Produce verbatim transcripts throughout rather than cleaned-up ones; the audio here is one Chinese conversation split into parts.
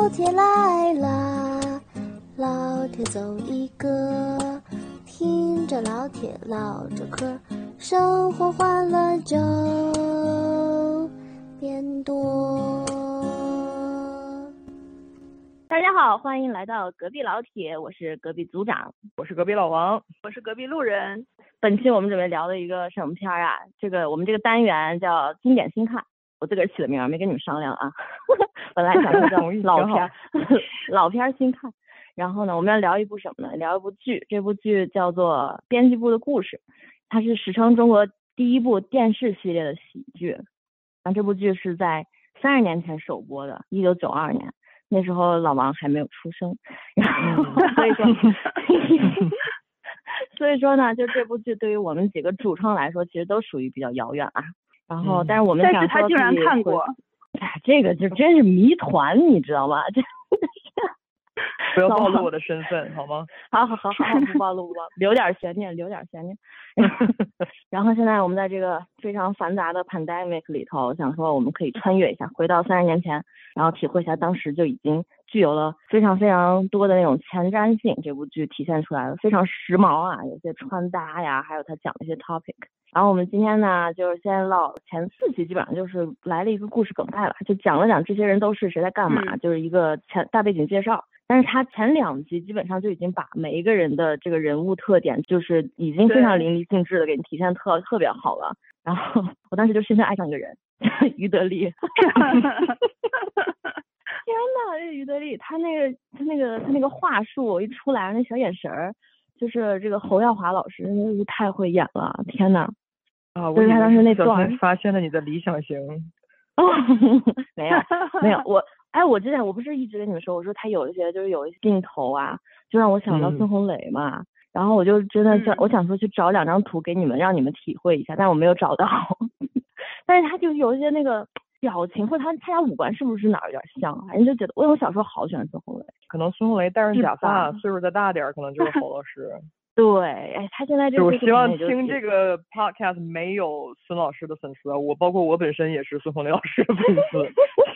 老铁来啦，老铁走一个，听着老铁唠着嗑，生活欢乐就变多。 大家好，欢迎来到隔壁老铁，我是隔壁组长， 我是隔壁老王， 我是隔壁路人。 本期我们准备聊的一个什么片啊？这个我们这个单元叫经典新看，我自个儿起的名，没跟你们商量啊。本来想说叫老片老片新看。然后呢，我们要聊一部什么呢？聊一部剧，这部剧叫做《编辑部的故事》，它是史称中国第一部电视系列的喜剧。然后这部剧是在三十年前首播的，一九九二年。那时候老王还没有出生，然后所以说，所以说呢，就这部剧对于我们几个主创来说，其实都属于比较遥远啊。然后，但是我们想说， 但是他竟然看过， 哎，这个就真是谜团，你知道吗？这不要暴露我的身份好吗？ 好好好好，不暴露不暴露，留点悬念，留点悬念。然后现在我们在这个非常繁杂的 pandemic 里头，想说我们可以穿越一下，回到三十年前，然后体会一下当时就已经具有了非常非常多的那种前瞻性。这部剧体现出来了，非常时髦啊，有些穿搭呀，还有他讲的一些 topic。然后我们今天呢，就是先唠前四集，基本上就是来了一个故事梗概了，就讲了讲这些人都是谁在干嘛，嗯、就是一个前大背景介绍。但是他前两集基本上就已经把每一个人的这个人物特点，就是已经非常淋漓尽致的给你体现特特别好了。然后我当时就深深爱上一个人，于德利。天哪，这于德利，他那个他那个他那个话术一出来，那小眼神儿，就是这个侯耀华老师真是太会演了，天哪！ 啊，我以为他当时那段发现了你的理想型。 哦，没有没有我。哎，我之前我不是一直跟你们说，我说他有一些就是有一些镜头啊，就让我想到孙红雷嘛。嗯、然后我就真的想，嗯、我想说去找两张图给你们，让你们体会一下，但我没有找到。但是他就有一些那个表情，或者他他俩五官是不是哪儿有点像啊？人就觉得，我我小时候好喜欢孙红雷。 可能孙红雷戴上假发，岁数再大点，可能就是侯老师。 对，哎，他现在这个， 我希望听这个 podcast 没有孙老师的粉丝，我包括我本身也是孙红雷老师的粉丝。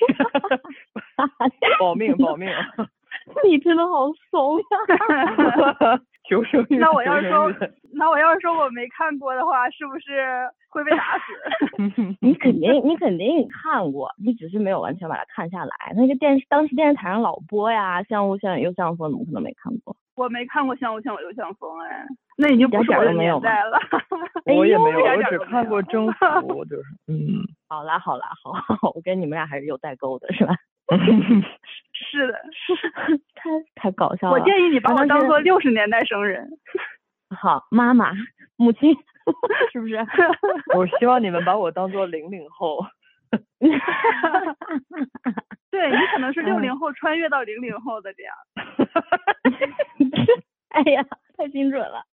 保命保命！ 你真的好怂呀！ 求生欲。 那我要是说，那我要是说我没看过的话，是不是会被打死？ 你肯定你肯定看过，你只是没有完全把它看下来。那个电视当时电视台上老播呀，像雾像雨又像风，怎么可能没看过？ 我没看过像雾像雨又像风，哎，那已经不是我的年代了。 我也没有，我只看过征服，就是嗯。 好啦好啦好，我跟你们俩还是有代沟的，是吧？ 是的， 太太搞笑了。 我建议你把我当做六十年代生人。 好，妈妈、母亲，是不是？ 我希望你们把我当做零零后。 对，你可能是六零后穿越到零零后的这样。 哎呀，太精准了。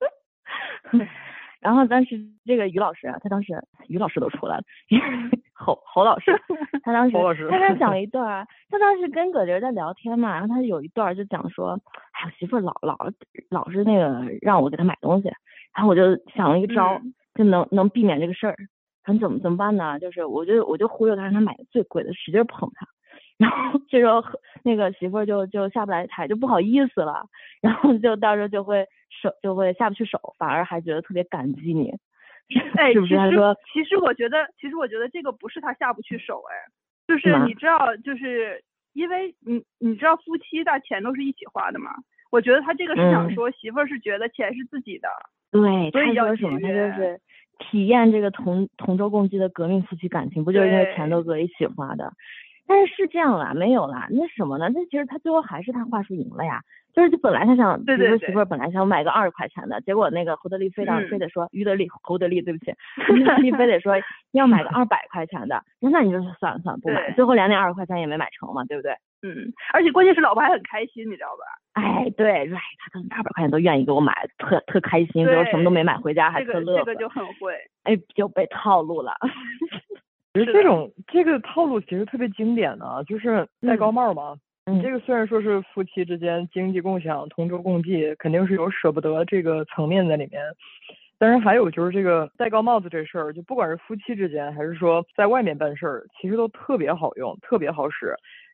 然后当时这个于老师啊，他当时于老师都出来了，侯侯老师，他当时他在讲一段，他当时跟葛杰在聊天嘛，然后他有一段就讲说，哎，我媳妇老老老是那个让我给她买东西，然后我就想了一个招，嗯、就能能避免这个事儿。然后怎么怎么办呢？就是我就我就忽悠他，让他买最贵的，使劲捧他。然后这时候那个媳妇儿就就下不来台，就不好意思了，然后就到时候就会手就会下不去手，反而还觉得特别感激你， 哎， 是不是？他说， 其实我觉得，其实我觉得这个不是他下不去手，哎，就是你知道，就是因为你你知道夫妻的钱都是一起花的嘛，我觉得他这个是想说，媳妇儿是觉得钱是自己的， 对， 所以要什么？他就是体验这个同同舟共济的革命夫妻感情，不就是因为钱都搁一起花的？但是是这样啦，没有啦，那什么呢？那其实他最后还是他话术赢了呀。就是本来他想，比如说媳妇儿本来想买个二十块钱的，结果那个侯德利非得、嗯、非得说于德利侯德利，对不起，于德利非得说要买个二百块钱的，那你就说算了算了不买，最后连那二十块钱也没买成嘛，对不对？ 嗯，而且关键是老婆还很开心，你知道吧？ 哎，对，对，他可能二百块钱都愿意给我买，特特开心，最后什么都没买回家还特乐、 这个。这个就很会， 哎，就被套路了。 其实这种这个套路其实特别经典的，就是戴高帽嘛。嗯、这个虽然说是夫妻之间经济共享、同舟共济，肯定是有舍不得这个层面在里面。但是还有就是这个戴高帽子这事儿，就不管是夫妻之间还是说在外面办事儿，其实都特别好用，特别好使。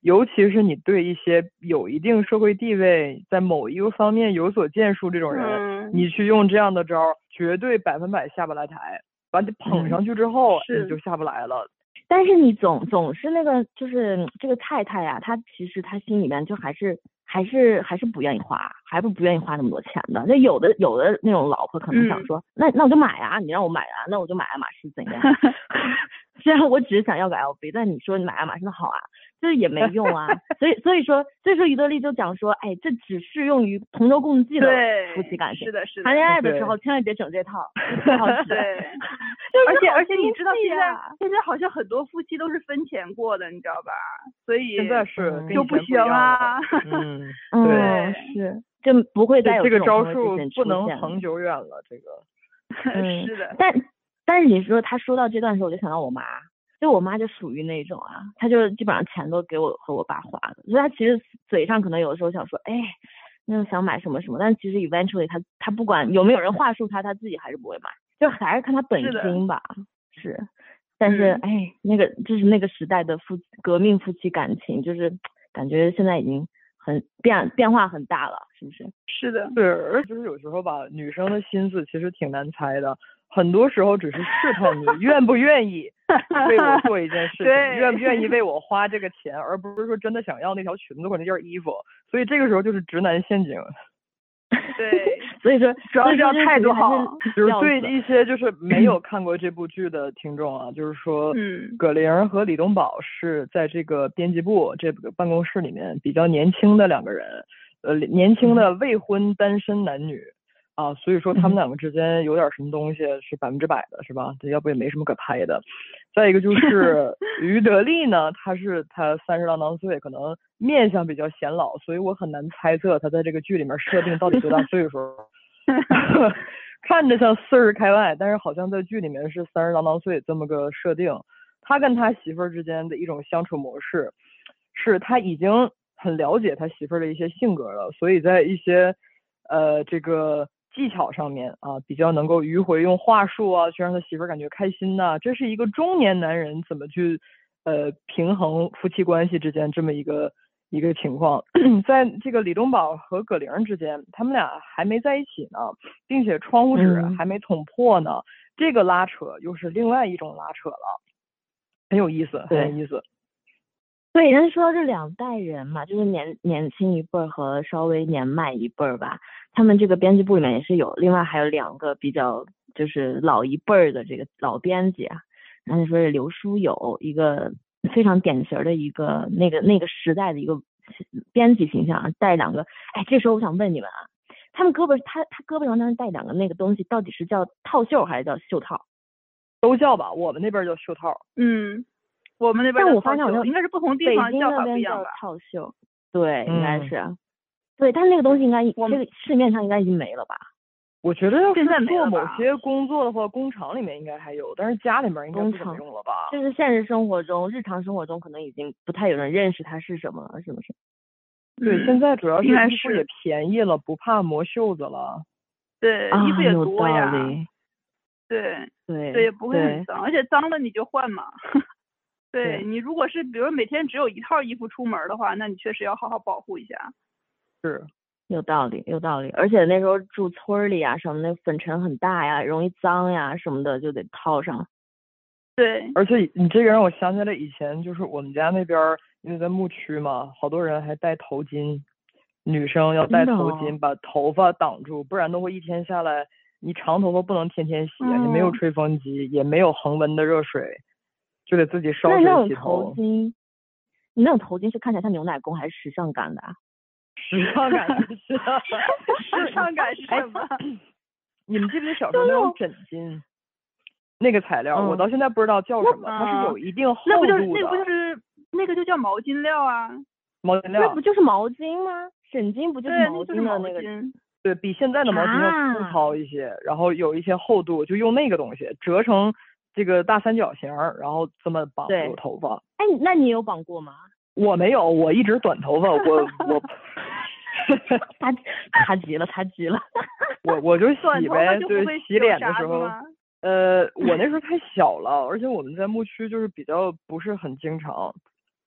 尤其是你对一些有一定社会地位，在某一个方面有所建树这种人， 嗯、 你去用这样的招，绝对百分百下不来台。把你捧上去之后，嗯、你就下不来了。 但是你总总是那个，就是这个太太呀、啊，她其实她心里面就还是还是还是不愿意花，还不不愿意花那么多钱的。那有的有的那种老婆可能想说，嗯、那那我就买啊，你让我买啊，那我就买爱马仕怎样？虽然我只是想要个 L V， 但你说你买爱马仕那好啊，就是也没用啊。所以所以说所以说于德利就讲说，哎，这只适用于同舟共济的夫妻感情。 是的，是的。 谈恋爱的时候千万别整这套，这套对。而且而且你知道现在现在好像很多夫妻都是分钱过的，你知道吧？所以现在是就不行啊。 嗯， 对，是就不会再有这个招数不能恒久远了。这个嗯是的。 但但是你说他说到这段的时候，我就想到我妈，就我妈就属于那种啊，她就基本上钱都给我和我爸花的，所以她其实嘴上可能有的时候想说，哎，那想买什么什么，但其实 eventually 她她不管有没有人话术她，她自己还是不会买。就还是看他本心吧，是, 是，但是、嗯、哎，那个就是那个时代的夫革命夫妻感情，就是感觉现在已经很变变化很大了，是不是？ 是的， 对，而就是有时候吧，女生的心思其实挺难猜的，很多时候只是试探你愿不愿意为我做一件事情，愿不愿意为我花这个钱，而不是说真的想要那条裙子或者那件衣服，所以这个时候就是直男陷阱。 对， 所以说主要是要态度好。 就是对一些就是没有看过这部剧的听众啊，就是说， 嗯， 葛玲和李东宝是在这个编辑部这个办公室里面比较年轻的两个人，呃，年轻的未婚单身男女啊，所以说他们两个之间有点什么东西是百分之百的，是吧？要不也没什么可拍的。再一个就是于德利呢，他是他三十郎当岁，可能面相比较显老，所以我很难猜测他在这个剧里面设定到底多大岁数。看着像四十开外，但是好像在剧里面是三十郎当岁这么个设定。他跟他媳妇儿之间的一种相处模式，是他已经很了解他媳妇儿的一些性格了，所以在一些呃这个技巧上面啊，比较能够迂回用话术啊，去让他媳妇儿感觉开心呐、啊。这是一个中年男人怎么去呃平衡夫妻关系之间这么一个一个情况。在这个李东宝和葛玲之间，他们俩还没在一起呢，并且窗户纸还没捅破呢、嗯、这个拉扯又是另外一种拉扯了，很有意思，很有意思。 对，人说到这两代人嘛，就是年年轻一辈儿和稍微年迈一辈儿吧，他们这个编辑部里面也是有，另外还有两个比较就是老一辈儿的这个老编辑啊，然后说是刘书友，一个非常典型的一个那个那个时代的一个编辑形象，带两个，哎，这时候我想问你们啊，他们胳膊他他胳膊上当时带两个那个东西，到底是叫套袖还是叫袖套？ 都叫吧，我们那边叫袖套。 嗯。我们那边， 但我发现好像应该是不同地方叫法不一样吧。 套袖，对，应该是，嗯、对，但那个东西应该这个市面上应该已经没了吧？ 我觉得要是做某些工作的话，工厂里面应该还有，但是家里面应该不怎么用了吧？ 就是现实生活中、日常生活中，可能已经不太有人认识它是什么了，是不是？ 对， 嗯、 现在主要是衣服也便宜了，不怕磨袖子了。 对， 啊、 衣服也多呀。 对对对，也不会很脏，而且脏了你就换嘛。对, 对你如果是比如每天只有一套衣服出门的话，那你确实要好好保护一下。 是， 有道理，有道理。而且那时候住村里啊，什么的粉尘很大呀，容易脏呀什么的，就得套上。 对， 而且你这个让我想起来以前就是我们家那边，因为在牧区嘛，好多人还戴头巾，女生要戴头巾、哦、把头发挡住，不然的话一天下来，你长头发不能天天洗， 嗯、 你没有吹风机，也没有恒温的热水。就得自己烧水洗头。那那种头巾，你那种头巾是看起来像牛奶工还是时尚感的啊？ 时尚感是时尚感是什么？ 你们记不记得小时候那种枕巾？那个材料、嗯、我到现在不知道叫什么，它是有一定厚度的。 那不就是那不就是那个就叫毛巾料啊？ 毛巾料。 那不就是毛巾吗？枕巾不就是毛巾的那个？ 对，比现在的毛巾要粗糙一些、啊，然后有一些厚度，就用那个东西折成这个大三角形，然后这么绑住头发。 哎，那你有绑过吗？ 我没有，我一直短头发，我我他他急了，他急了。 我我就洗呗，对，洗脸的时候，呃，我那时候太小了，而且我们在牧区就是比较不是很经常，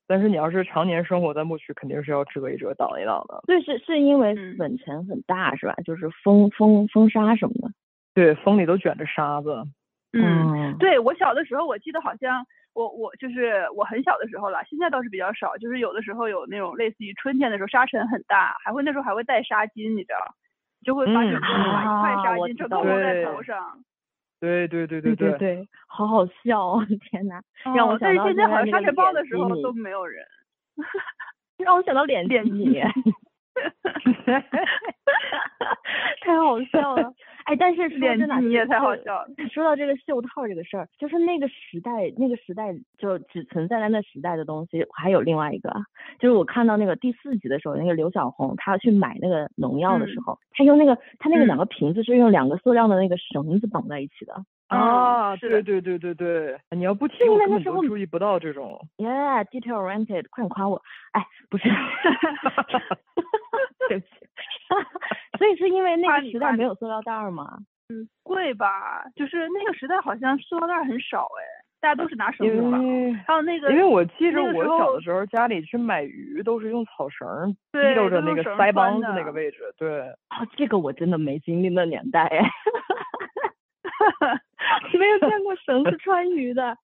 但是你要是常年生活在牧区，肯定是要遮一遮、挡一挡的。 对，是是因为粉尘很大、嗯、是吧？就是风风风沙什么的。 对，风里都卷着沙子。 嗯，嗯对我小的时候，我记得好像我我就是我很小的时候了，现在倒是比较少。就是有的时候有那种类似于春天的时候，沙尘很大，还会那时候还会带纱巾，你知道，就会发现把一块纱巾整个蒙在头上。 对对对对对对对，好好笑哦！天哪，让我想到但是现在好像沙尘暴的时候都没有人， 让我想到脸脸你，太好笑了。哎，但是说真的， 你也太好笑了。 说到这个袖套这个事儿，就是那个时代，那个时代就只存在在那时代的东西。还有另外一个，就是我看到那个第四集的时候，那个刘小红她去买那个农药的时候，她、嗯、用那个她那个两个瓶子是用两个塑料的那个绳子绑在一起的。 啊，嗯、对对对对对，你要不提我根本都注意不到这种。 Yeah, detail oriented， 快点夸我。哎，不是，对不起。所以是因为那个时代没有塑料袋吗？ 嗯，贵吧，就是那个时代好像塑料袋很少哎，大家都是拿绳子绑。还有那个， 因为我记着我小的时候家里去买鱼都是用草绳提溜着那个腮帮子那个位置。对。 哦，这个我真的没经历那年代哎。没有见过绳子穿鱼的，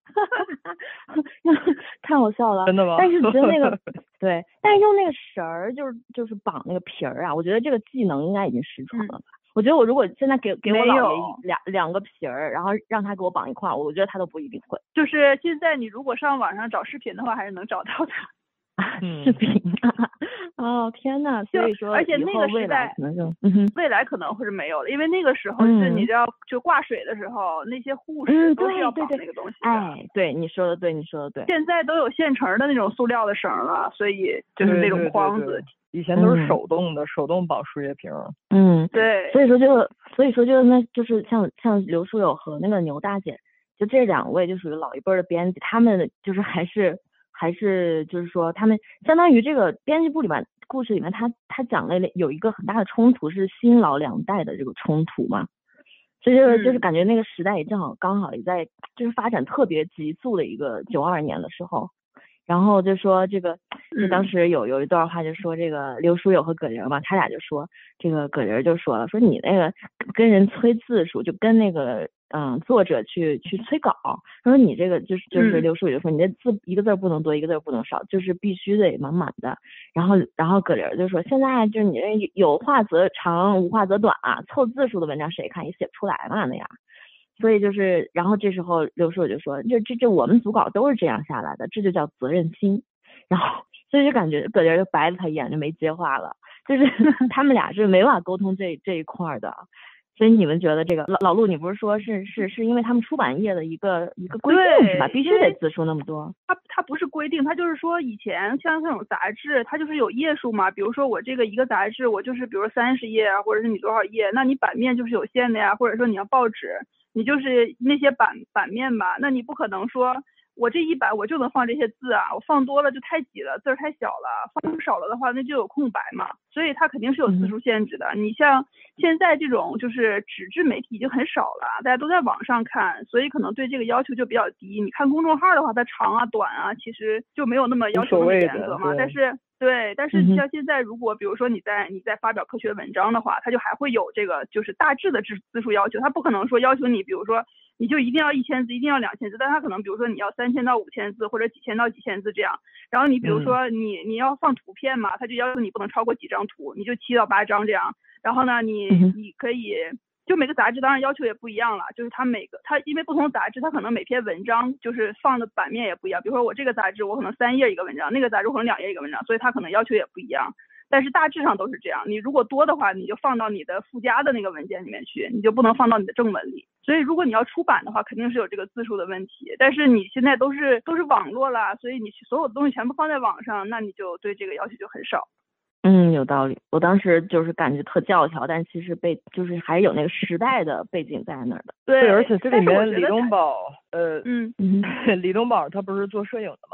太好笑了。 真的吗？ 但是觉得那个对，但是用那个绳儿就是就是绑那个皮儿啊，我觉得这个技能应该已经失传了吧。嗯、我觉得我如果现在给给我姥爷两两个皮儿，然后让他给我绑一块儿，我觉得他都不一定会。 就是现在你如果上网上找视频的话，还是能找到的。 啊，视频啊！哦天哪！所以说， 而且那个时代可能就，嗯哼， 未来可能会是没有的，因为那个时候是你知道，就挂水的时候，那些护士都是要绑那个东西的。 哎，对，你说的对，你说的对。 现在都有现成的那种塑料的绳了，所以就是那种筐子。 对对对对，以前都是手动的，嗯、手动绑输液瓶。 嗯， 对。 所以说就，所以说就那就是像像刘书友和那个牛大姐，就这两位就属于老一辈的编辑，他们就是还是。还是就是说，他们相当于这个编辑部里面故事里面，他他讲了有一个很大的冲突，是新老两代的这个冲突嘛，所以就是就是感觉那个时代也正好刚好也在就是发展特别急速的一个九二年的时候，然后就说这个就当时有有一段话就说这个刘书友和葛玲嘛，他俩就说这个葛玲就说了，说你那个跟人催字数就跟那个。嗯，作者去去催稿，他说你这个就是就是刘书友就说你这字一个字不能多，一个字不能少，就是必须得满满的。然后然后葛玲就说现在就是你这有话则长，无话则短啊，凑字数的文章谁看也写不出来嘛那样。所以就是，然后这时候刘书友就说，这这这我们组稿都是这样下来的，这就叫责任心。然后所以就感觉葛玲就白了他一眼就没接话了，就是他们俩是没法沟通这这一块的。所以你们觉得这个老老陆，你不是说是是是因为他们出版业的一个一个规定是吧？必须得字数那么多。 它它不是规定，它就是说以前像这种杂志，它就是有页数嘛。比如说我这个一个杂志，我就是比如三十页啊，或者是你多少页，那你版面就是有限的呀。或者说你要报纸，你就是那些版版面吧，那你不可能说。我这一版我就能放这些字啊，我放多了就太挤了，字儿太小了，放少了的话那就有空白嘛，所以它肯定是有字数限制的。嗯、你像现在这种就是纸质媒体已经很少了，大家都在网上看，所以可能对这个要求就比较低。你看公众号的话，它长啊短啊，其实就没有那么要求那么严格嘛。但是对，但是像现在如果比如说你在你在发表科学文章的话，它就还会有这个就是大致的字字数要求，它不可能说要求你比如说。你就一定要一千字，一定要两千字，但他可能比如说你要三千到五千字，或者几千到几千字这样。然后你比如说你、嗯、你要放图片嘛，他就要求你不能超过几张图，你就七到八张这样。然后呢，你你可以就每个杂志当然要求也不一样了，就是它每个它因为不同杂志，它可能每篇文章就是放的版面也不一样。比如说我这个杂志我可能三页一个文章，那个杂志可能两页一个文章，所以它可能要求也不一样。但是大致上都是这样，你如果多的话，你就放到你的附加的那个文件里面去，你就不能放到你的正文里。所以如果你要出版的话，肯定是有这个字数的问题。但是你现在都是都是网络啦，所以你所有的东西全部放在网上，那你就对这个要求就很少。 嗯，有道理。我当时就是感觉特教条，但其实被就是还有那个时代的背景在那儿的。 对，而且这里面李东宝，呃， 嗯， 李东宝他不是做摄影的嘛，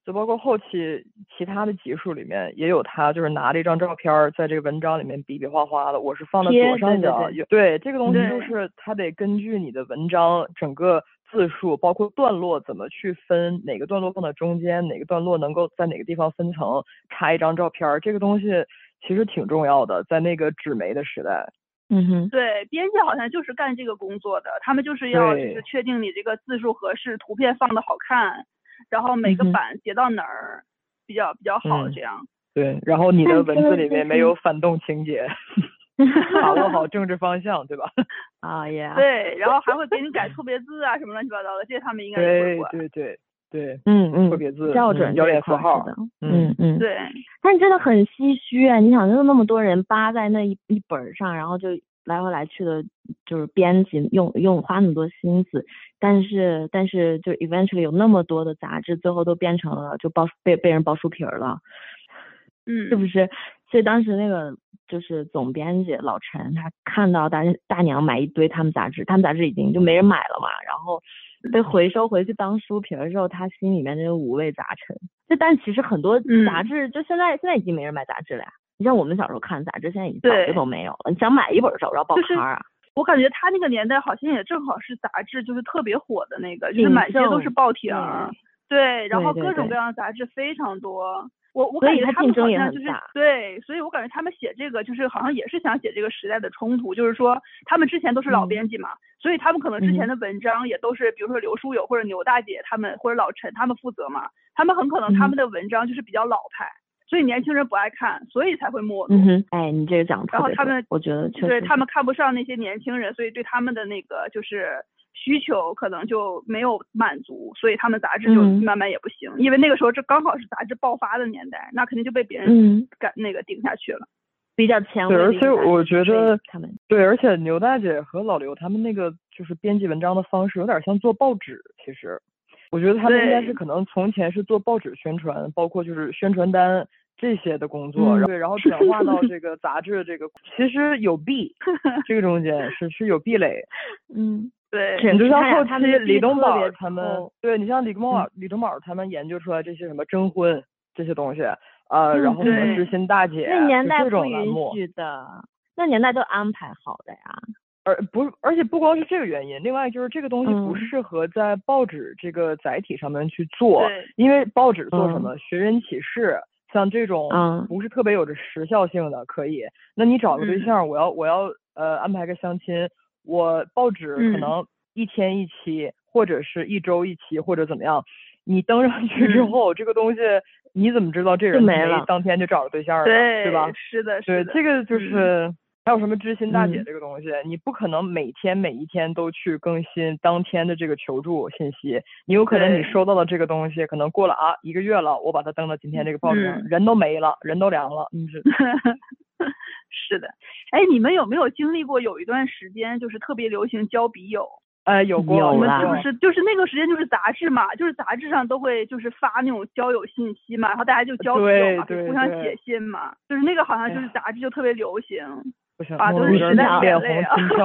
就包括后期其他的集数里面也有他，就是拿着一张照片在这个文章里面比比划划的，我是放在左上角。 对对对， 对，这个东西就是它得根据你的文章整个字数，包括段落怎么去分，哪个段落放在中间，哪个段落能够在哪个地方分层，插一张照片，这个东西其实挺重要的，在那个纸媒的时代。 嗯哼， 对，编辑好像就是干这个工作的，他们就是要就是确定你这个字数合适，图片放的好看，然后每个版截到哪儿比较比较好，这样。 嗯、对，然后你的文字里面没有反动情节，把握好政治方向，对吧？ 啊呀， 对，然后还会给你改错别字啊什么乱七八糟的，这些他们应该也会管。 对对对对， 嗯嗯， 错别字、 校准、 标点符号的，嗯嗯， 对。 但真的很唏嘘啊！你想，就那么多人扒在那一一本上，然后就来回来去的，就是编辑用用花那么多心思，但是但是就 eventually 有那么多的杂志，最后都变成了就包被被人包书皮了， 嗯， 是不是？所以当时那个就是总编辑老陈，他看到大大娘买一堆他们杂志，他们杂志已经就没人买了嘛，然后被回收回去当书皮的时候，他心里面真是五味杂陈。就但其实很多杂志，嗯、就现在现在已经没人买杂志了呀。你像我们小时候看杂志，现在已经早就都没有了。你想买一本找不着报刊啊。 我感觉他那个年代好像也正好是杂志就是特别火的那个，就是满街都是报亭，对，然后各种各样的杂志非常多。我我感觉他们好像就是对，所以我感觉他们写这个就是好像也是想写这个时代的冲突，就是说他们之前都是老编辑嘛，嗯、所以他们可能之前的文章也都是比如说刘书友或者牛大姐他们或者老陈他们负责嘛，他们很可能他们的文章就是比较老派。嗯，所以年轻人不爱看，所以才会没落。 嗯哼，哎，你这个讲特别对。 然后他们， 我觉得确实对他们看不上那些年轻人，所以对他们的那个就是需求可能就没有满足，所以他们杂志就慢慢也不行。嗯、因为那个时候这刚好是杂志爆发的年代，那肯定就被别人赶、嗯、那个顶下去了， 比较前卫。 对，而且我觉得他们对，而且牛大姐和老刘他们那个就是编辑文章的方式有点像做报纸，其实。我觉得他们应该是可能从前是做报纸宣传，包括就是宣传单这些的工作， 嗯、 对，然后转化到这个杂志这个，其实有弊，这个中间是是有壁垒。 嗯， 对。 你就像后期李东宝他们，对你像李东宝、嗯、李东宝他们研究出来这些什么征婚这些东西，呃， 嗯、 然后什么知心大姐， 那年代不允许的，那年代都安排好的呀。 而不，而且不光是这个原因，另外就是这个东西不适合在报纸这个载体上面去做， 嗯、 因为报纸做什么、嗯、寻人启事，像这种嗯不是特别有着时效性的可以。那你找个对象，嗯、我要我要呃安排个相亲，我报纸可能一天一期，嗯、或者是一周一期，或者怎么样，你登上去之后，嗯、这个东西你怎么知道这人没当天就找着对象了， 对对吧？ 是的，是的，对，这个就是。 嗯还有什么知心大姐这个东西、嗯、你不可能每天每一天都去更新当天的这个求助信息，你有可能你收到的这个东西可能过了啊一个月了，我把它登到今天这个报纸上、嗯、人都没了，人都凉了。嗯，是是的。哎，你们有没有经历过有一段时间就是特别流行交笔友？ 哎，有过， 有你们是不是就是那个时间就是杂志嘛，就是杂志上都会就是发那种交友信息嘛，然后大家就交笔友嘛，互相写信嘛，就是那个好像就是杂志就特别流行。 不行啊，都是时代脸红心跳。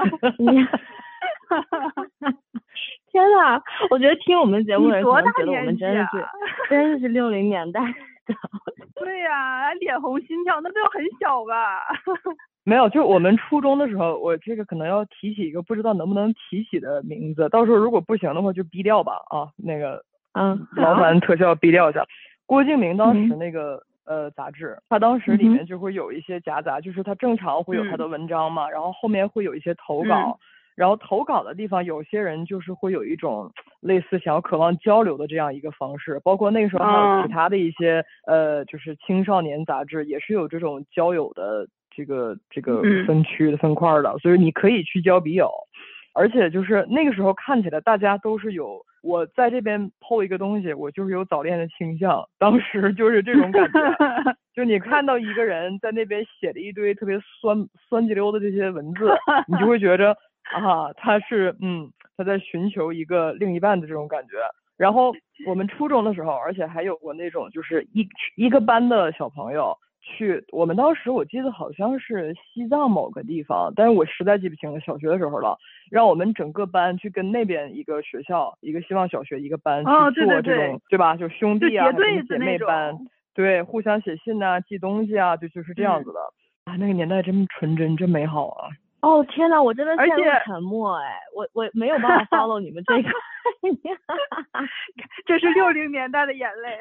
天哪！我觉得听我们节目的人可能觉得我们真的是真的是六零年代的。 对呀、啊，脸红心跳，那都很小吧？ 没有，就我们初中的时候，我这个可能要提起一个不知道能不能提起的名字，到时候如果不行的话就逼掉吧啊，那个嗯， 劳烦特效逼掉一下。郭敬明当时那个。嗯呃，杂志，它当时里面就会有一些夹杂，嗯、就是它正常会有它的文章嘛，嗯、然后后面会有一些投稿，嗯、然后投稿的地方，有些人就是会有一种类似想要渴望交流的这样一个方式，包括那个时候还有其他的一些、嗯、呃，就是青少年杂志也是有这种交友的这个这个分区的分块的，嗯、所以你可以去交笔友，而且就是那个时候看起来大家都是有。我在这边PO一个东西，我就是有早恋的倾向，当时就是这种感觉。就你看到一个人在那边写了一堆特别酸酸叽溜的这些文字，你就会觉着啊，他是嗯他在寻求一个另一半的这种感觉。然后我们初中的时候，而且还有过那种就是一一个班的小朋友， 去，我们当时我记得好像是西藏某个地方，但是我实在记不清了，小学的时候了，让我们整个班去跟那边一个学校，一个希望小学一个班去哦， 做这种， 对对对， 对吧？就兄弟啊， 就结对还是姐妹班，对，互相写信呐、啊，寄东西啊，就就是这样子的。嗯、啊，那个年代真纯真，真美好啊！ 哦天哪，我真的陷入而且沉默哎，我我没有办法 follow 你们这个， 这是六零年代的眼泪。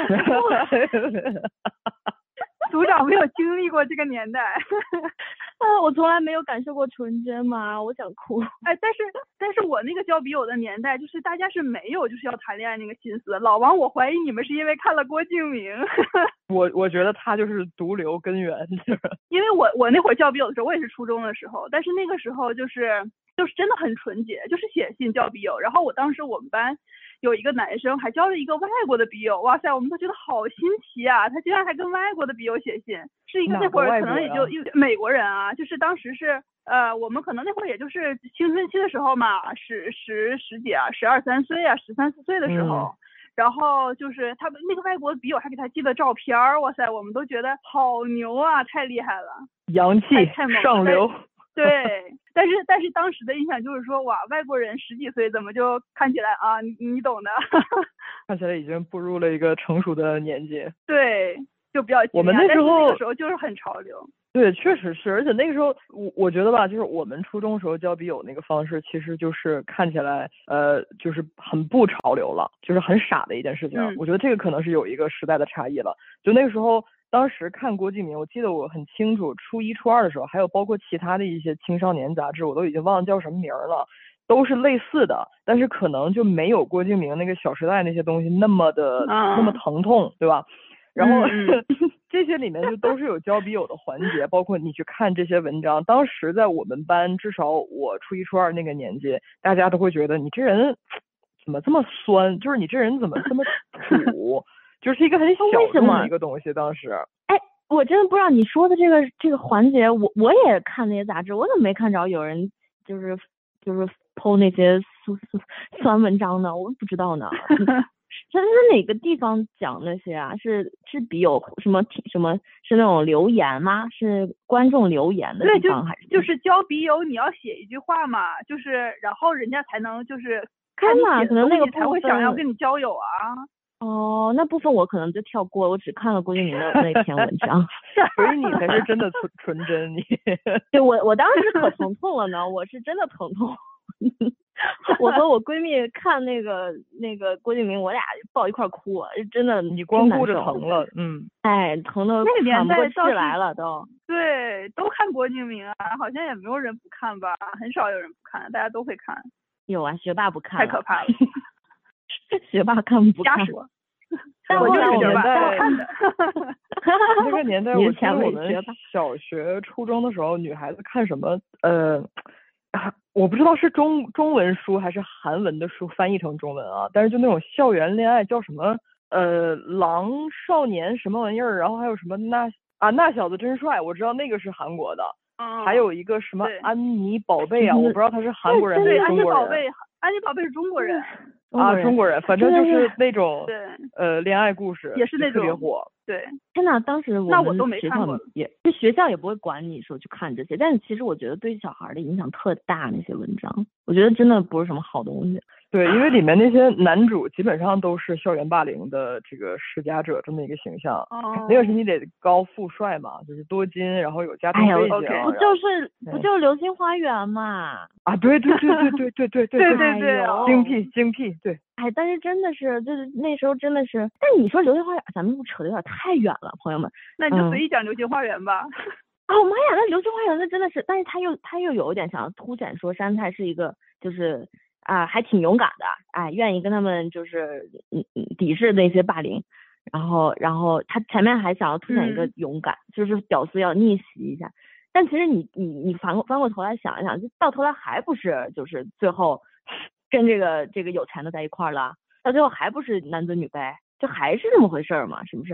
组长没有经历过这个年代。 啊，我从来没有感受过纯真嘛，我想哭。 哎，但是但是我那个交笔友的年代，就是大家是没有就是要谈恋爱那个心思。老王，我怀疑你们是因为看了郭敬明。 我我觉得他就是毒瘤根源。 因为我我那会儿交笔友的时候，我也是初中的时候，但是那个时候就是就是真的很纯洁，就是写信交笔友。然后我当时我们班有一个男生还交了一个外国的笔友，哇塞，我们都觉得好新奇啊，他居然还跟外国的笔友写信，是一个那会儿可能也就一美国人啊，就是当时是呃我们可能那会儿也就是青春期的时候嘛，十十十几啊，十二三岁啊，十三四岁的时候。嗯，然后就是他们那个外国笔友还给他寄了照片，哇塞，我们都觉得好牛啊，太厉害了， 洋气上流。 对，但是但是当时的印象就是说，哇，外国人十几岁怎么就看起来啊，你你懂的。 看起来已经步入了一个成熟的年纪。 对，就比较惊讶。 我们那时候那个时候就是很潮流。 对，确实是，而且那个时候我我觉得吧，就是我们初中时候交笔友那个方式，其实就是看起来呃就是很不潮流了，就是很傻的一件事情。嗯、我觉得这个可能是有一个时代的差异了。就那个时候，当时看郭敬明，我记得我很清楚，初一初二的时候，还有包括其他的一些青少年杂志，我都已经忘了叫什么名了，都是类似的，但是可能就没有郭敬明那个《小时代》那些东西那么的、啊、那么疼痛，对吧？然后、嗯、这些里面就都是有交笔友的环节，包括你去看这些文章。当时在我们班，至少我初一初二那个年纪，大家都会觉得你这人怎么这么酸，就是你这人怎么这么土，就是一个很小众的一个东西。当时， 哎，我真的不知道你说的这个这个环节，我我也看那些杂志，我怎么没看着有人就是就是 po 那些酸文章呢？我不知道呢。这是哪个地方讲那些啊？是是笔友什么什么是那种留言吗？是观众留言的地方还是？ 对，就就是交笔友，你要写一句话嘛，就是然后人家才能就是看你写可能那个才会想要跟你交友啊。 哦，那部分我可能就跳过，我只看了郭敬明的那篇文章。 所以你才是真的纯纯真你。 对，我我当时可疼痛了呢，我是真的疼痛。我和我闺蜜看那个那个郭敬明，我俩抱一块哭，真的， 你光顾着疼了，嗯， 哎，疼的那个年代倒是来了都。 对，都看郭敬明啊，好像也没有人不看吧，很少有人不看，大家都会看。 有啊，学霸不看， 太可怕了。 学霸看不看？ 瞎说。 但我就是年代， 看的。 那个年代，我记得我们小学、初中的时候，女孩子看什么？呃。我不知道是中中文书还是韩文的书翻译成中文啊，但是就那种校园恋爱叫什么呃狼少年什么玩意儿，然后还有什么那啊那小子真帅，我知道那个是韩国的， 嗯、 还有一个什么安妮宝贝啊，我不知道他是韩国人还是中国人。 安妮宝贝，安妮宝贝是中国人。 啊，中国人，反正就是那种对呃恋爱故事， 也是那种特别火。 对， 天哪，当时我那我都没看过， 也这学校也不会管你说去看这些，但是其实我觉得对小孩的影响特大，那些文章，我觉得真的不是什么好东西。 对，因为里面那些男主基本上都是校园霸凌的这个施加者这么一个形象。 哦。 那个是你得高富帅嘛，就是多金，然后有家庭背景。 哎、不就是不就是流星花园嘛？ 啊，对对对对对对对对对对对， 精辟精辟，对。 哎，但是真的是，就是那时候真的是，但你说流星花园，咱们不扯得有点太远了，朋友们。 那你就随意讲流星花园吧。 哦妈呀，那流星花园那真的是，但是他又他又有一点想要凸显说杉菜是一个就是啊、呃、还挺勇敢的，哎，愿意跟他们就是嗯嗯抵制那些霸凌，然后然后他前面还想要凸显一个勇敢，嗯、就是屌丝要逆袭一下。但其实你你你反过翻过头来想一想，就到头来还不是就是最后跟这个这个有钱的在一块儿了，到最后还不是男尊女卑，就还是这么回事儿嘛，是不是？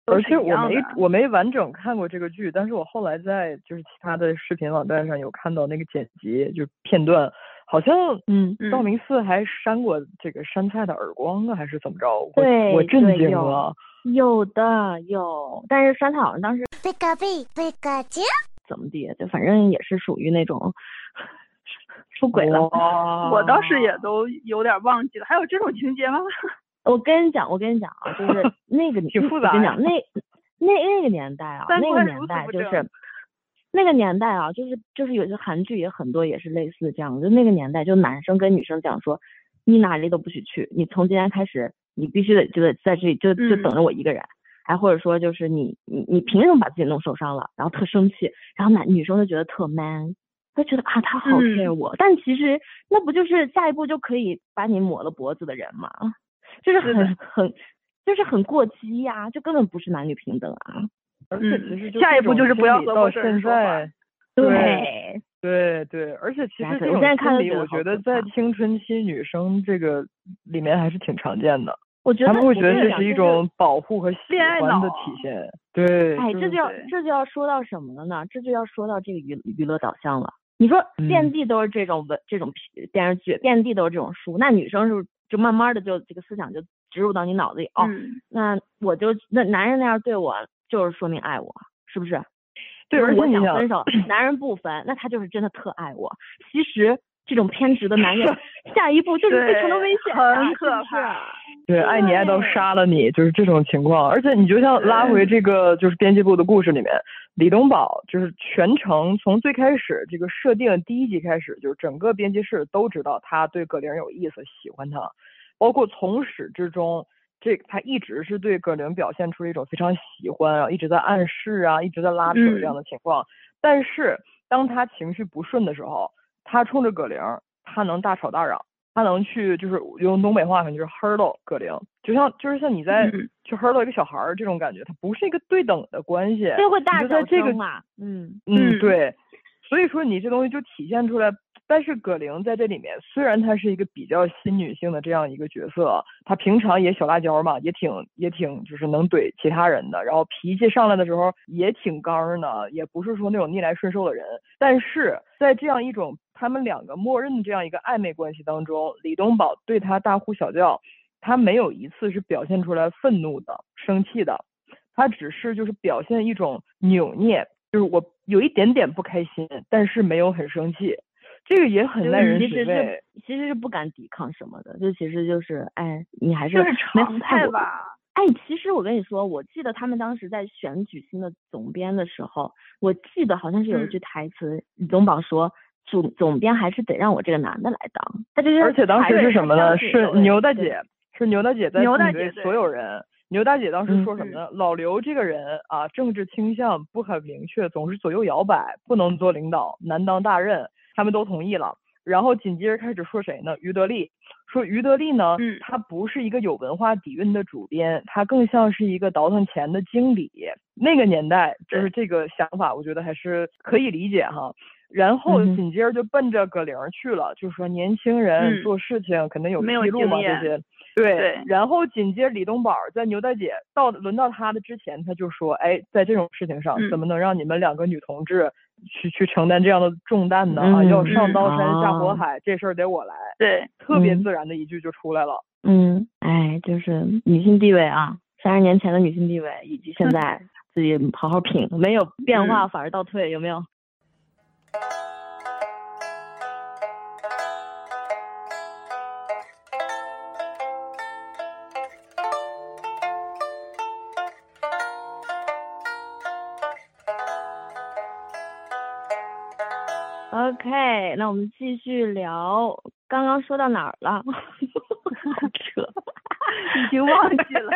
而且我没我没完整看过这个剧，但是我后来在就是其他的视频网站上有看到那个剪辑，就是片段，好像嗯，道明寺还扇过这个杉菜的耳光啊，还是怎么着？ 对， 我震惊了。 有的有，但是杉菜好像当时贝卡贝贝卡酱怎么地，就反正也是属于那种出轨了。 我倒是也都有点忘记了，还有这种情节吗？ 我跟你讲，我跟你讲啊，就是那个挺复杂。 我跟你讲，那那那个年代啊，那个年代就是那个年代啊，就是就是有些韩剧也很多也是类似这样，就那个年代，就男生跟女生讲说，你哪里都不许去，你从今天开始，你必须得就得在这里就就等着我一个人，还、嗯、或者说就是你你你凭什么把自己弄受伤了，然后特生气，然后男女生就觉得特 man。他觉得啊，他好 care 我、嗯，但其实那不就是下一步就可以把你抹了脖子的人吗？就是很很，就是很过激呀、啊，就根本不是男女平等啊。 而且其实下一步就是不要和到现在， 对对对，而且其实这种心理，我觉得在青春期女生这个里面还是挺常见的。 我觉得他们会觉得这是一种保护和喜欢的体现。对， 哎，这就要这就要说到什么了呢？这就要说到这个娱娱乐导向了。你说遍地都是这种文、嗯、这种电视剧，遍地都是这种书，那女生是就慢慢的就这个思想就植入到你脑子里、嗯、哦，那我就那男人那样对我就是说明爱我，是不是？ 对，而且我想分手，男人不分，那他就是真的特爱我。其实这种偏执的男人，下一步就是非常的危险， 很可怕。 对，爱你爱到杀了你，就是这种情况。而且你就像拉回这个就是编辑部的故事里面，李东宝就是全程从最开始这个设定第一集开始，就是整个编辑室都知道他对葛玲有意思，喜欢他，包括从始至终，这他一直是对葛玲表现出一种非常喜欢啊，一直在暗示啊，一直在拉扯这样的情况。嗯、但是当他情绪不顺的时候，他冲着葛玲，他能大吵大嚷。他能去就是用东北话可能就是 hurdle 葛玲，就像就是像你在去 hurdle 一个小孩儿这种感觉，它不是一个对等的关系， 这会大在这个嘛，嗯嗯对，所以说你这东西就体现出来。但是葛玲在这里面，虽然她是一个比较新女性的这样一个角色，她平常也小辣椒嘛，也挺也挺就是能怼其他人的，然后脾气上来的时候也挺刚的，也不是说那种逆来顺受的人。但是在这样一种他们两个默认的这样一个暧昧关系当中，李东宝对他大呼小叫，他没有一次是表现出来愤怒的、生气的，他只是就是表现一种扭捏，就是我有一点点不开心，但是没有很生气。这个也很耐人寻味， 其实是不敢抵抗什么的，就其实就是哎，你还是就是常态吧。 哎，其实我跟你说，我记得他们当时在选举新的总编的时候，我记得好像是有一句台词，李、嗯、东宝说总总编还是得让我这个男的来当。他这而且当时是什么呢？是牛大姐，是牛大姐在面对所有人。牛大姐当时说什么呢？嗯、老刘这个人啊，政治倾向不很明确，总是左右摇摆，不能做领导，难当大任。他们都同意了，然后紧接着开始说谁呢？于德利，说于德利呢，嗯、他不是一个有文化底蕴的主编，他更像是一个倒腾钱的经理。那个年代就是这个想法，我觉得还是可以理解哈。然后紧接着就奔着葛玲去了，嗯、就说年轻人做事情肯定有纰漏嘛，这些。对, 对，然后紧接着李东宝在牛大姐到轮到他的之前，他就说，哎，在这种事情上，怎么能让你们两个女同志去、嗯、去承担这样的重担呢？啊、嗯，要上刀山下火海，嗯、这事儿得我来。 对， 特别自然的一句就出来了。 嗯，哎，就是女性地位啊，三十年前的女性地位以及现在自己好好品，没有变化反而倒退，嗯、有没有？OK， 那我们继续聊，刚刚说到哪儿了？好扯， 已经忘记了。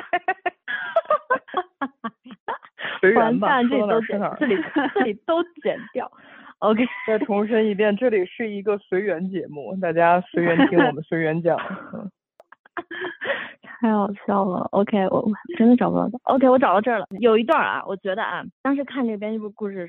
完蛋， 这里都剪，这里这里都剪掉。OK， 再重申一遍，这里是一个随缘节目，大家随缘听，我们随缘讲。 太好笑了。OK， 我真的找不到。OK， 我找到这儿了。有一段啊，我觉得啊，当时看这个编辑部故事的时候，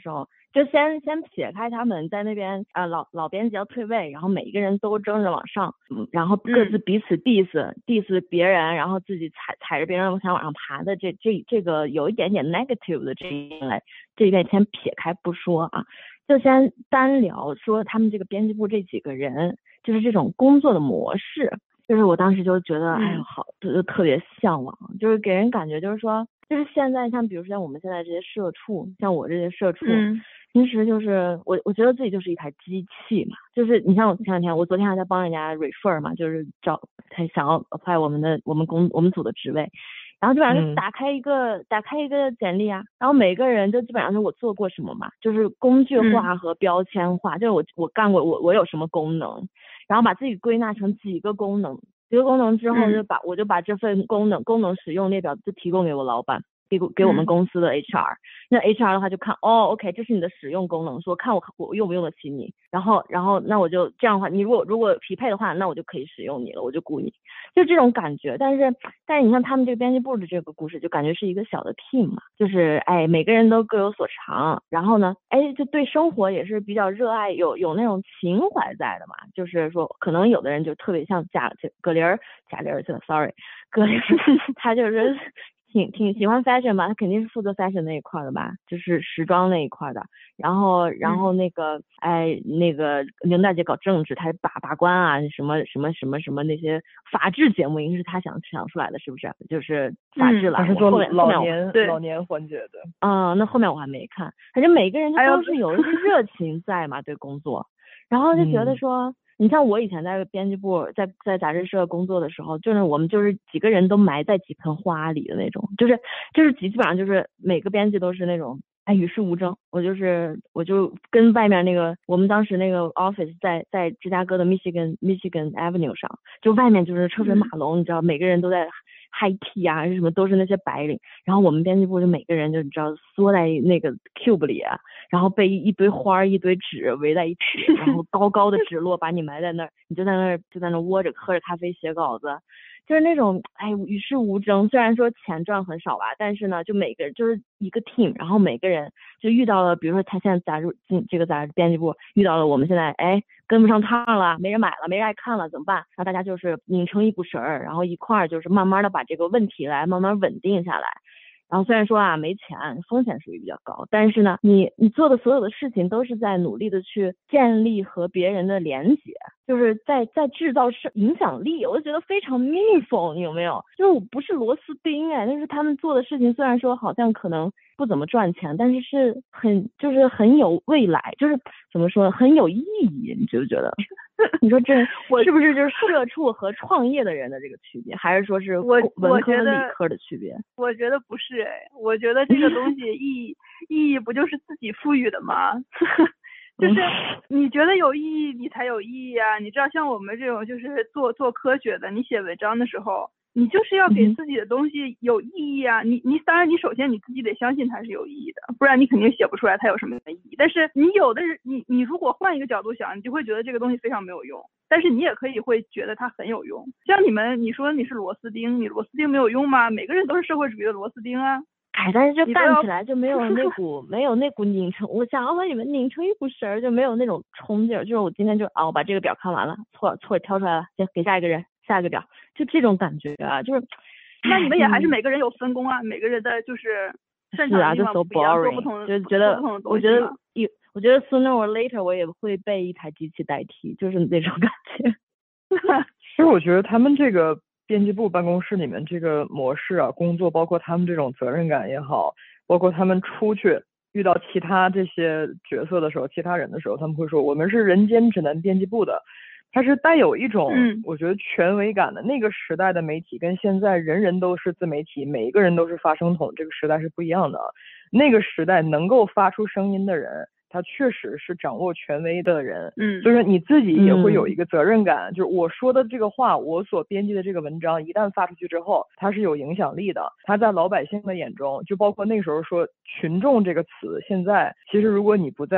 就先先撇开他们在那边啊、呃，老老编辑要退位，然后每一个人都争着往上，嗯，然后各自彼此 diss、嗯、diss 别人，然后自己踩踩着别人想往上爬的这这这个有一点点 negative 的这一类，这一边先撇开不说啊，就先单聊说他们这个编辑部这几个人，就是这种工作的模式，就是我当时就觉得，哎呦好，就特别向往，就是给人感觉就是说。就是现在像比如说像我们现在这些社畜，像我这些社畜，嗯、平时就是我我觉得自己就是一台机器嘛，就是你像我前两天我昨天还在帮人家 refer 嘛，就是找他想要 apply 我们的我们公我们组的职位，然后基本上就打开一个、嗯、打开一个简历啊，然后每个人就基本上是我做过什么嘛，就是工具化和标签化，嗯、就是我我干过我我有什么功能，然后把自己归纳成几个功能。几个功能之后就把、嗯、我就把这份功能功能使用列表就提供给我老板，给给我们公司的 H R、嗯、那 H R 的话就看哦 OK 这是你的使用功能，说看我我用不用得起你，然后然后那我就这样的话，你如果如果匹配的话，那我就可以使用你了，我就雇你，就这种感觉。但是但是你看他们这个编辑部的这个故事就感觉是一个小的 team 嘛，就是哎每个人都各有所长，然后呢哎就对生活也是比较热爱，有有那种情怀在的嘛，就是说可能有的人就特别像贾葛林儿贾玲儿 sorry 葛林他就是挺挺喜欢 fashion 吧，他肯定是负责 fashion 那一块的吧，就是时装那一块的。然后然后那个、嗯、哎那个宁大姐搞政治，他把把关啊，什么什么什么什么那些法制节目，应该是他想想出来的，是不是？就是法制了。 他、嗯、是做老年对老年环节的。 啊、嗯，那后面我还没看，反正每个人就都是有一些热情在嘛，对工作，然后就觉得说。嗯你像我以前在编辑部，在在杂志社工作的时候，就是我们就是几个人都埋在几盆花里的那种，就是就是基本上就是每个编辑都是那种哎与世无争。我就是我就跟外面那个我们当时那个 office 在在芝加哥的 Michigan Michigan Avenue 上，就外面就是车水马龙，嗯、你知道每个人都在 high tea 啊什么都是那些白领，然后我们编辑部就每个人就你知道缩在那个 cube 里啊。然后被一堆花一堆纸围在一起，然后高高的纸落把你埋在那儿，你就在那儿就在那窝着喝着咖啡写稿子，就是那种哎与世无争。虽然说钱赚很少吧，但是呢就每个人就是一个 team， 然后每个人就遇到了，比如说他现在杂志这个杂志编辑部遇到了我们现在哎跟不上趟了，没人买了，没人爱看了，怎么办？然后大家就是拧成一股绳儿，然后一块儿就是慢慢的把这个问题来慢慢稳定下来。然后虽然说啊没钱，风险属于比较高，但是呢你你做的所有的事情都是在努力的去建立和别人的连结，就是在在制造影响力，我就觉得非常 meaningful， 你有没有？就是我不是螺丝钉哎，但是他们做的事情虽然说好像可能不怎么赚钱，但是是很就是很有未来，就是怎么说很有意义，你觉不觉得？你说这我是不是就是社畜和创业的人的这个区别，还是说是文科和理科的区别？ 我觉得不是哎，我觉得这个东西意义意义不就是自己赋予的吗？就是你觉得有意义，你才有意义啊！你知道，像我们这种就是做做科学的，你写文章的时候，你就是要给自己的东西有意义啊！你你当然你首先你自己得相信它是有意义的，不然你肯定写不出来它有什么意义。但是你有的人，你你如果换一个角度想，你就会觉得这个东西非常没有用。但是你也可以会觉得它很有用。像你们，你说你是螺丝钉，你螺丝钉没有用吗？每个人都是社会主义的螺丝钉啊。 哎，但是就干起来就没有那股没有那股拧成，我想要把你们拧成一股绳儿，就没有那种冲劲儿。就是我今天就啊，我把这个表看完了，错错挑出来了，行，给下一个人，下一个表，就这种感觉啊，就是。 那你们也还是每个人有分工啊，嗯、每个人的就是擅长的地方不一样，做不同的， 就觉得我觉得一， 我觉得 sooner or later 我也会被一台机器代替，就是那种感觉。 其实我觉得他们这个。编辑部办公室里面这个模式啊，工作包括他们这种责任感也好，包括他们出去遇到其他这些角色的时候，其他人的时候，他们会说我们是人间指南编辑部的，它是带有一种我觉得权威感的。嗯、那个时代的媒体跟现在人人都是自媒体，每一个人都是发声筒，这个时代是不一样的。那个时代能够发出声音的人，他确实是掌握权威的人，嗯，所以说你自己也会有一个责任感，嗯、就是我说的这个话，我所编辑的这个文章，一旦发出去之后，它是有影响力的。它在老百姓的眼中，就包括那时候说群众这个词，现在其实如果你不在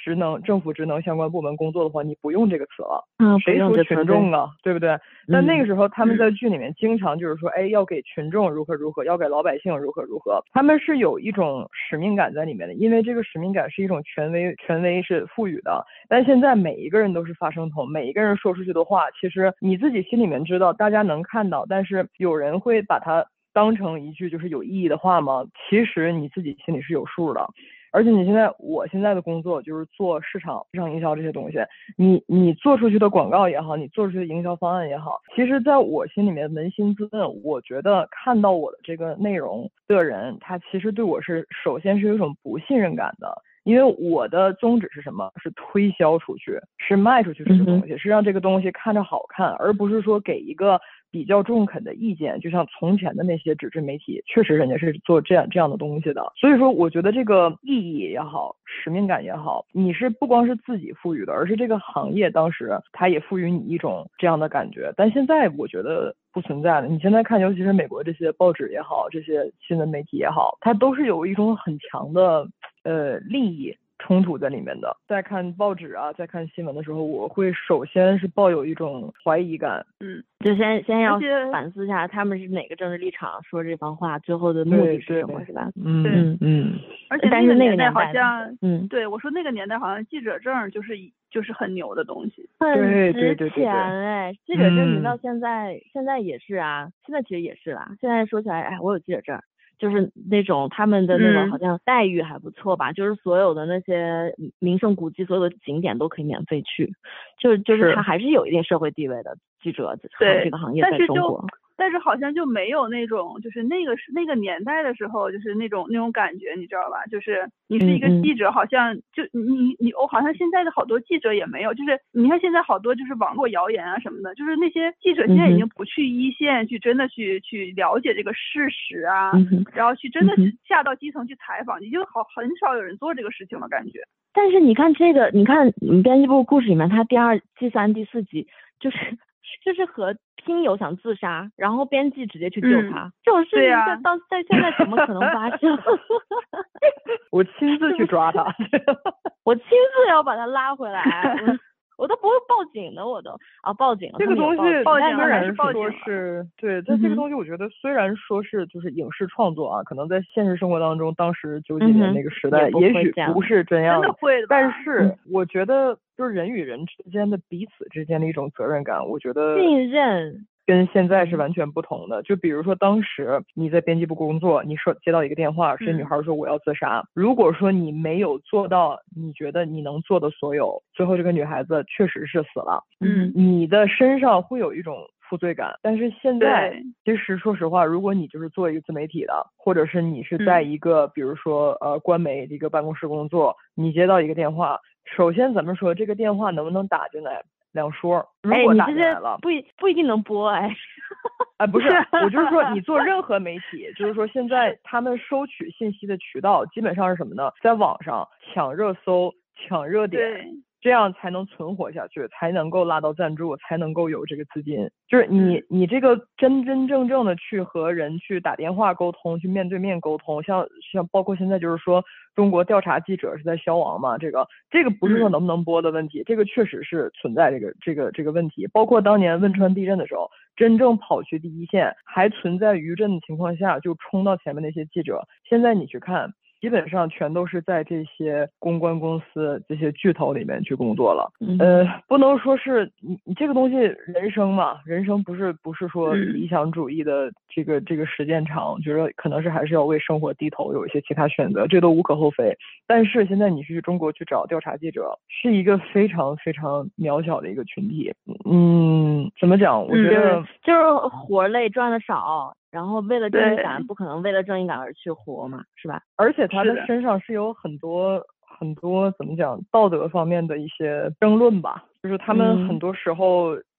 职能政府职能相关部门工作的话，你不用这个词了， 嗯， 谁说群众啊，对不对？ 嗯、 但那个时候他们在剧里面经常就是说，哎，要给群众如何如何，要给老百姓如何如何，他们是有一种使命感在里面的，因为这个使命感是一种权威，权威是赋予的。但现在每一个人都是发声筒，每一个人说出去的话，其实你自己心里面知道，大家能看到，但是有人会把它当成一句就是有意义的话吗？其实你自己心里是有数的。而且你现在，我现在的工作就是做市场、市场营销这些东西。你你做出去的广告也好，你做出去的营销方案也好，其实在我心里面扪心自问，我觉得看到我的这个内容的人，他其实对我是首先是有一种不信任感的。因为我的宗旨是什么？是推销出去，是卖出去这个东西，嗯、是让这个东西看着好看，而不是说给一个比较中肯的意见。就像从前的那些纸质媒体，确实人家是做这样这样的东西的。所以说，我觉得这个意义也好，使命感也好，你是不光是自己赋予的，而是这个行业当时它也赋予你一种这样的感觉。但现在我觉得不存在了。你现在看，尤其是美国这些报纸也好，这些新闻媒体也好，它都是有一种很强的呃利益冲突在里面的。在看报纸啊，在看新闻的时候，我会首先是抱有一种怀疑感， 嗯，就先先要反思一下他们是哪个政治立场说这番话，最后的目的是什么，是吧？ 嗯嗯。 而且那个年代好像， 嗯， 对我说那个年代好像记者证就是就是很牛的东西， 很值钱哎，记者证你到现在、嗯、现在也是啊，现在其实也是啦。现在说起来，哎，我有记者证。就是那种他们的那种好像待遇还不错吧、嗯、就是所有的那些名胜古迹，所有的景点都可以免费去，就就是他还是有一定社会地位的记者， 对这个行业在中国。 但是好像就没有那种，就是那个是那个年代的时候，就是那种那种感觉，你知道吧？就是你是一个记者，好像就你你我好像现在的好多记者也没有，就是你看现在好多就是网络谣言啊什么的，就是那些记者现在已经不去一线去真的去去了解这个事实啊，然后去真的下到基层去采访，已经好很少有人做这个事情了感觉。 但是你看这个，你看编辑部故事里面，他第二、第三、第四集就是就是和听友想自杀，然后编辑直接去救他，嗯、这种事情在到在现在怎么可能发生？ 我亲自去抓他， 我亲自要把他拉回来，我, 我都不会报警的，我都啊报警了。 这个东西报警虽然说是对，但这个东西我觉得虽然说是就是影视创作啊，嗯、可能在现实生活当中，当时九几年那个时代， 嗯、 也许不是这样， 真的会的。 但是我觉得就是人与人之间的彼此之间的一种责任感，我觉得信任。 跟现在是完全不同的。就比如说当时你在编辑部工作，你说接到一个电话，是女孩说我要自杀、嗯、如果说你没有做到你觉得你能做的所有，最后这个女孩子确实是死了， 嗯， 你的身上会有一种负罪感。但是现在其实说实话，如果你就是做一个自媒体的，或者是你是在一个、嗯、比如说呃官媒一个办公室工作，你接到一个电话，首先咱们说这个电话能不能打进来两说，如果打进来了， 哎、不一不一定能播哎。 哎，不是，我就是说，你做任何媒体，就是说现在他们收取信息的渠道基本上是什么呢？在网上抢热搜、抢热点，这样才能存活下去，才能够拉到赞助，才能够有这个资金。就是你你这个真真正正的去和人去打电话沟通，去面对面沟通，像像包括现在就是说中国调查记者是在消亡嘛，这个这个不是说能不能播的问题，嗯、这个确实是存在这个这个这个问题。包括当年汶川地震的时候，真正跑去第一线还存在余震的情况下，就冲到前面那些记者，现在你去看，基本上全都是在这些公关公司这些巨头里面去工作了。 嗯、 呃，不能说是你你这个东西人生嘛，人生不是不是说理想主义的这个、嗯、这个时间长，我觉得可能是还是要为生活低头，有一些其他选择，这都无可厚非。但是现在你去中国去找调查记者，是一个非常非常渺小的一个群体。嗯，怎么讲？我觉得、 嗯、就是活累赚的少。然后为了正义感，不可能为了正义感而去活嘛，是吧？ 而且他的身上是有很多很多怎么讲道德方面的一些争论吧，就是他们很多时候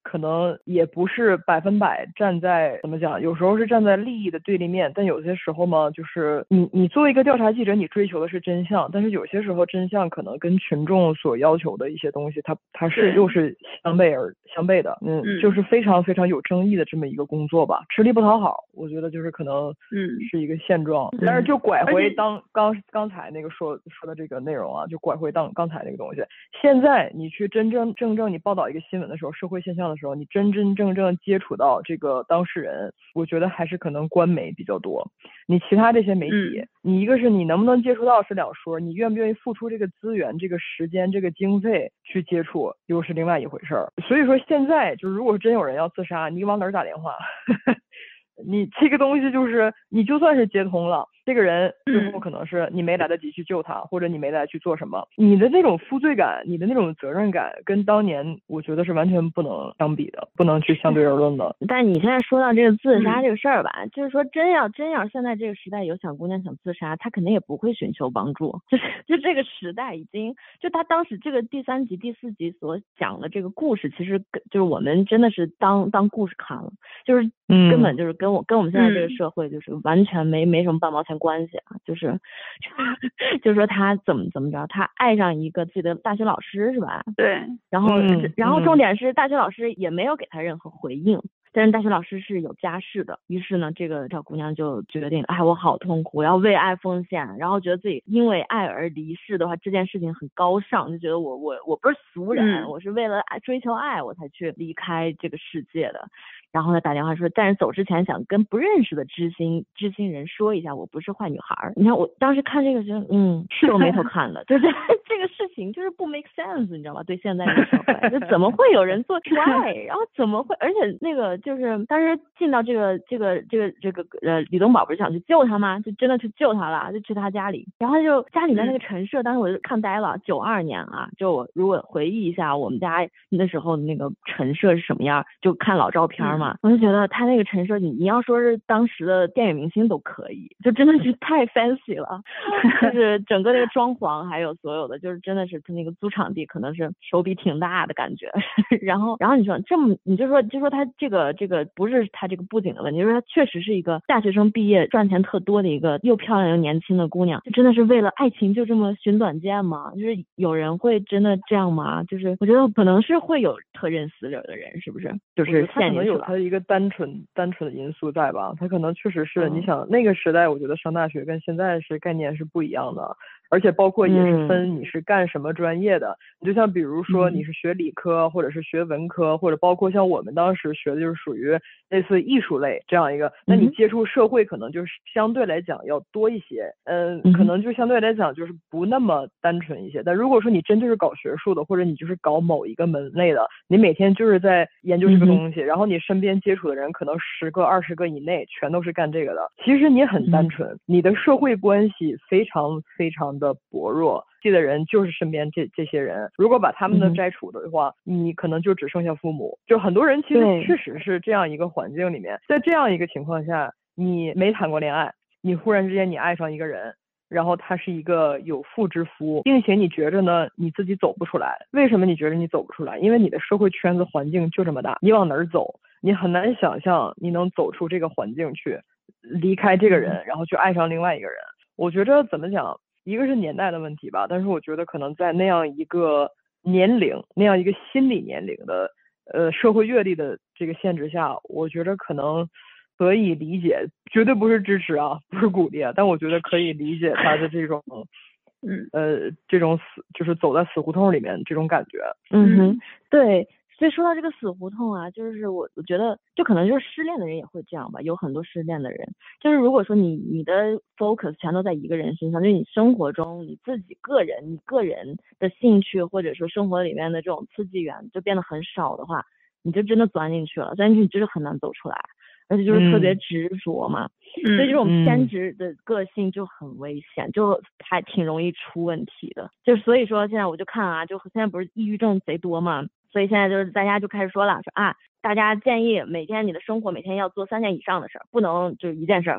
可能也不是百分百站在怎么讲，有时候是站在利益的对立面，但有些时候嘛，就是你你作为一个调查记者，你追求的是真相，但是有些时候真相可能跟群众所要求的一些东西，它它是又是相悖而相悖的，嗯，嗯就是非常非常有争议的这么一个工作吧，吃力不讨好，我觉得就是可能嗯是一个现状，嗯、但是就拐回当刚刚才那个说说的这个内容啊，就拐回当刚才那个东西，现在你去真正正正你报道一个新闻的时候，社会现象的时候，你真真正正接触到这个当事人，我觉得还是可能官媒比较多。你其他这些媒体，嗯、你一个是你能不能接触到是两说，你愿不愿意付出这个资源、这个时间、这个经费去接触，又是另外一回事儿。所以说现在就如果真有人要自杀，你往哪儿打电话？你这个东西就是你就算是接通了，这个人最后可能是你没来得及去救他，或者你没来去做什么，你的那种负罪感，你的那种责任感跟当年我觉得是完全不能相比的，不能去相对而论的。 但你现在说到这个自杀这个事儿吧，嗯、就是说真要真要现在这个时代有小姑娘想自杀，她肯定也不会寻求帮助，就是就这个时代已经就她当时这个第三集第四集所讲的这个故事，其实就是我们真的是当当故事看了，就是根本就是跟我跟我们现在这个社会就是完全没没什么半毛钱关系啊，就是就是说他怎么怎么着，他爱上一个自己的大学老师是吧？ 对， 然后、 嗯、 然后重点是大学老师也没有给他任何回应。但是大学老师是有家室的，于是呢，这个小姑娘就决定，哎，我好痛苦，我要为爱奉献，然后觉得自己因为爱而离世的话，这件事情很高尚，就觉得我我我不是俗人，嗯、我是为了爱追求爱我才去离开这个世界的。然后呢，打电话说，但是走之前想跟不认识的知心知心人说一下，我不是坏女孩。你看我当时看这个就嗯皱眉头看的，就是这个事情就是不 make sense， 你知道吧？对现在这个社会，就怎么会有人做出爱，然后怎么会，而且那个就是当时进到这个这个这个这个呃李东宝不是想去救他吗？就真的去救他了，就去他家里，然后就家里面那个陈设，当时我就看呆了，九二年啊，就我如果回忆一下我们家那时候那个陈设是什么样，就看老照片嘛。我就觉得他那个陈设，你你要说是当时的电影明星都可以，就真的是太 fancy 了，就是整个那个装潢还有所有的，就是真的是他那个租场地可能是手笔挺大的感觉。然后然后你说这么你就说就说他这个这个不是他这个布景的问题，就是他确实是一个大学生毕业赚钱特多的一个又漂亮又年轻的姑娘，就真的是为了爱情就这么寻短见吗？就是有人会真的这样吗？就是我觉得可能是会有特认死理的人，是不是？就是他可能有他一个单纯单纯的因素在吧，他可能确实是、嗯、你想那个时代，我觉得上大学跟现在是概念是不一样的，而且包括也是分你是干什么专业的，你、嗯、就像比如说你是学理科、嗯、或者是学文科，或者包括像我们当时学的就是属于类似艺术类这样一个，那你接触社会可能就是相对来讲要多一些，嗯，可能就相对来讲就是不那么单纯一些。但如果说你真就是搞学术的，或者你就是搞某一个门类的，你每天就是在研究这个东西，然后你身边接触的人可能十个二十个以内全都是干这个的，其实你很单纯，你的社会关系非常非常的薄弱，记的人就是身边这这些人，如果把他们都摘除的话、嗯、你可能就只剩下父母，就很多人其实确实是这样一个环境里面，在这样一个情况下，你没谈过恋爱，你忽然之间你爱上一个人，然后他是一个有妇之夫，并且你觉着呢你自己走不出来。为什么你觉得你走不出来？因为你的社会圈子环境就这么大，你往哪儿走你很难想象你能走出这个环境去，离开这个人然后去爱上另外一个人。我觉着怎么讲，一个是年代的问题吧，但是我觉得可能在那样一个年龄那样一个心理年龄的呃社会阅历的这个限制下，我觉得可能可以理解，绝对不是支持啊，不是鼓励啊，但我觉得可以理解他的这种嗯呃这种死就是走在死胡同里面这种感觉。 嗯哼，对。所以说到这个死胡同啊，就是我我觉得就可能就是失恋的人也会这样吧，有很多失恋的人，就是如果说你你的 focus 全都在一个人身上，就是你生活中你自己个人你个人的兴趣或者说生活里面的这种刺激源就变得很少的话，你就真的钻进去了，钻进去就是很难走出来，而且就是特别执着嘛、嗯、所以这种偏执的个性就很危险、嗯、就还挺容易出问题的。就所以说现在我就看啊，就现在不是抑郁症贼多嘛，所以现在就是大家就开始说了，说啊，大家建议每天你的生活每天要做三件以上的事儿，不能就是一件事儿，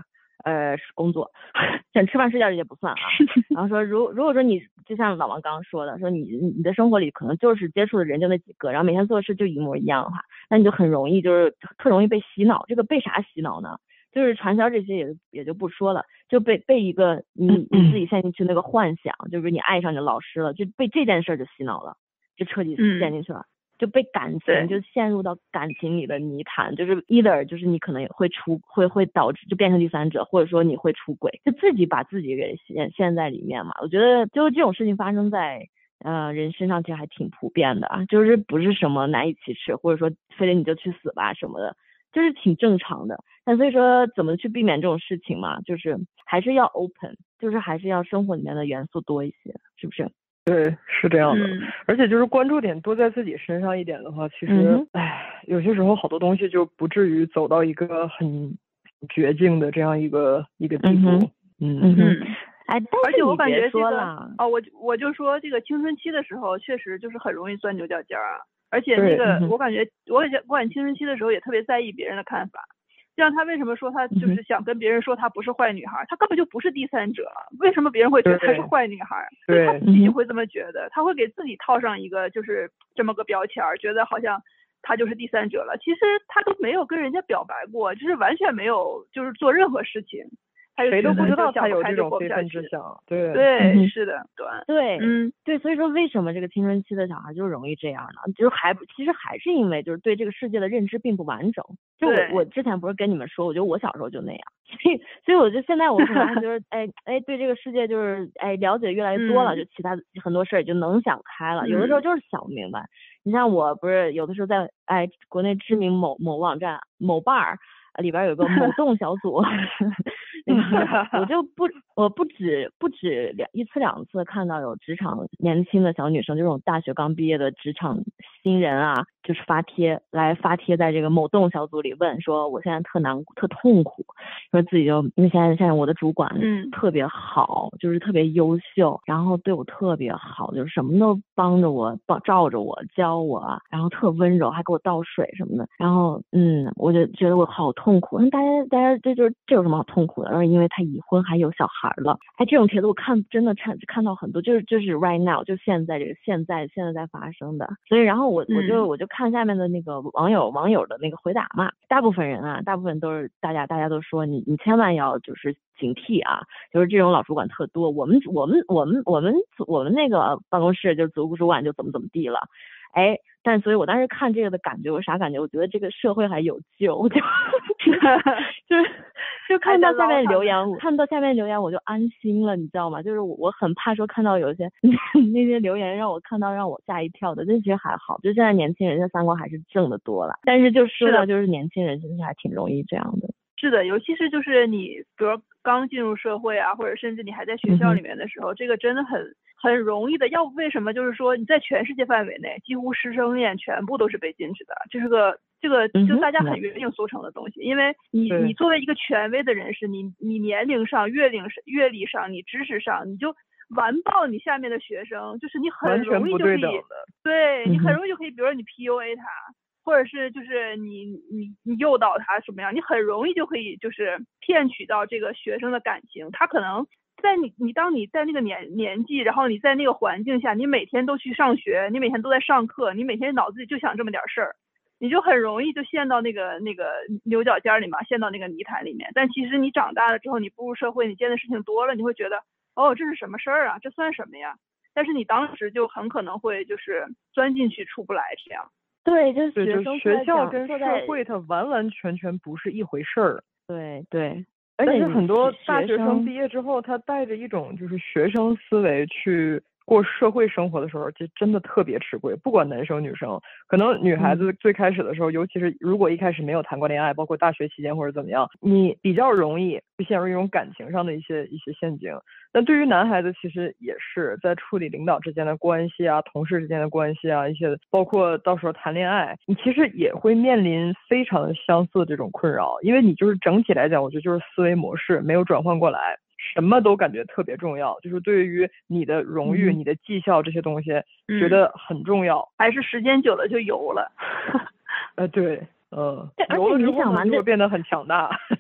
呃工作，像吃饭睡觉这些不算啊。然后说如如果说你就像老王刚刚说的，说你你的生活里可能就是接触的人就那几个，然后每天做的事就一模一样的话，那你就很容易就是特容易被洗脑。这个被啥洗脑呢？就是传销这些也也就不说了，就被被一个你你自己陷进去那个幻想，就是你爱上你的老师了，就被这件事就洗脑了，就彻底陷进去了。嗯，就被感情就陷入到感情里的泥潭，就是 either 就是你可能会出会会导致就变成第三者，或者说你会出轨，就自己把自己给陷陷在里面嘛。我觉得就是这种事情发生在呃人身上其实还挺普遍的啊，就是不是什么难以启齿，或者说非得你就去死吧什么的，就是挺正常的。但所以说怎么去避免这种事情嘛，就是还是要 open， 就是还是要生活里面的元素多一些，是不是？ 对，是这样的。 嗯， 而且就是关注点多在自己身上一点的话，其实哎、嗯，有些时候好多东西就不至于走到一个很绝境的这样一个一个地步。 嗯嗯嗯。哎， 而且我感觉这个哦，我我就说这个青春期的时候，确实就是很容易钻牛角尖啊。而且那个我感觉，我感觉我感觉青春期的时候也特别在意别人的看法。像他为什么说他就是想跟别人说他不是坏女孩，他根本就不是第三者，为什么别人会觉得他是坏女孩？ 对， 他自己会这么觉得，他会给自己套上一个就是这么个标签，觉得好像他就是第三者了。其实他都没有跟人家表白过，就是完全没有就是做任何事情。 谁都不知道他有这种非分之想，对对、嗯，是的，对对，嗯，对，所以说为什么这个青春期的小孩就容易这样呢？就是还其实还是因为就是对这个世界的认知并不完整。就我我之前不是跟你们说，我觉得我小时候就那样，所以所以我就现在我可能就是哎哎对这个世界就是哎了解越来越多了，嗯、就其他很多事儿就能想开了，有的时候就是想不明白。嗯、你像我不是有的时候在哎国内知名某某网站某伴儿。里边有个某动小组，那个我就不我不止不止两一次两次看到有职场年轻的小女生，这种大学刚毕业的职场新人啊，就是发帖来发帖在这个某动小组里问说，我现在特难特痛苦，说自己就因为现在现在我的主管特别好，嗯、就是特别优秀，然后对我特别好，就是什么都帮着我帮照着我教我，然后特温柔，还给我倒水什么的，然后嗯，我就觉得我好痛。痛苦，大家大家这就是这有什么好痛苦的？然后因为他已婚还有小孩了，哎，这种帖子我看真的看看到很多，就是就是 right now 就现在这个现在现在在发生的，所以然后我我就我就看下面的那个网友网友的那个回答嘛，大部分人啊，大部分都是大家大家都说你你千万要就是警惕啊，就是这种老主管特多，我们我们我们我们我们那个办公室就组主管就怎么怎么地了。哎，但所以我当时看这个的感觉，我啥感觉？我觉得这个社会还有救，就就是就看到下面留言，看到下面留言我就安心了，你知道吗？就是我我很怕说看到有些那些留言让我看到让我吓一跳的，但其实还好，就现在年轻人的三观还是正的多了。但是就说到就是年轻人其实还挺容易这样的。 是的，尤其是就是你比如刚进入社会啊，或者甚至你还在学校里面的时候，嗯、这个真的很很容易的。要不为什么就是说你在全世界范围内，几乎师生恋全部都是被禁止的？这是个这个就大家很约定俗成的东西，嗯、因为你你作为一个权威的人士，你你年龄上、阅历上、阅历上、你知识上，你就完爆你下面的学生，就是你很容易就可以，对, 对你很容易就可以，比如说你 P U A 他。或者是就是你你你诱导他什么样，你很容易就可以就是骗取到这个学生的感情。他可能在你你当你在那个年年纪，然后你在那个环境下，你每天都去上学，你每天都在上课，你每天脑子里就想这么点事儿，你就很容易就陷到那个那个牛角尖里嘛，陷到那个泥潭里面。但其实你长大了之后，你步入社会，你见的事情多了，你会觉得哦，这是什么事儿啊？这算什么呀？但是你当时就很可能会就是钻进去出不来这样。 对，就是学生学校跟社会它完完全全不是一回事儿。 对对， 而且很多大学生毕业之后，他带着一种就是学生思维去过社会生活的时候，就真的特别吃亏。不管男生女生，可能女孩子最开始的时候，嗯、尤其是如果一开始没有谈过恋爱，包括大学期间或者怎么样，你比较容易就陷入一种感情上的一些一些陷阱。但对于男孩子，其实也是在处理领导之间的关系啊、同事之间的关系啊，一些包括到时候谈恋爱，你其实也会面临非常相似的这种困扰，因为你就是整体来讲，我觉得就是思维模式没有转换过来，什么都感觉特别重要，就是对于你的荣誉、嗯、你的绩效这些东西，觉得很重要， 嗯、还是时间久了就油了。 呃，对，嗯， 油了之后就会变得很强大。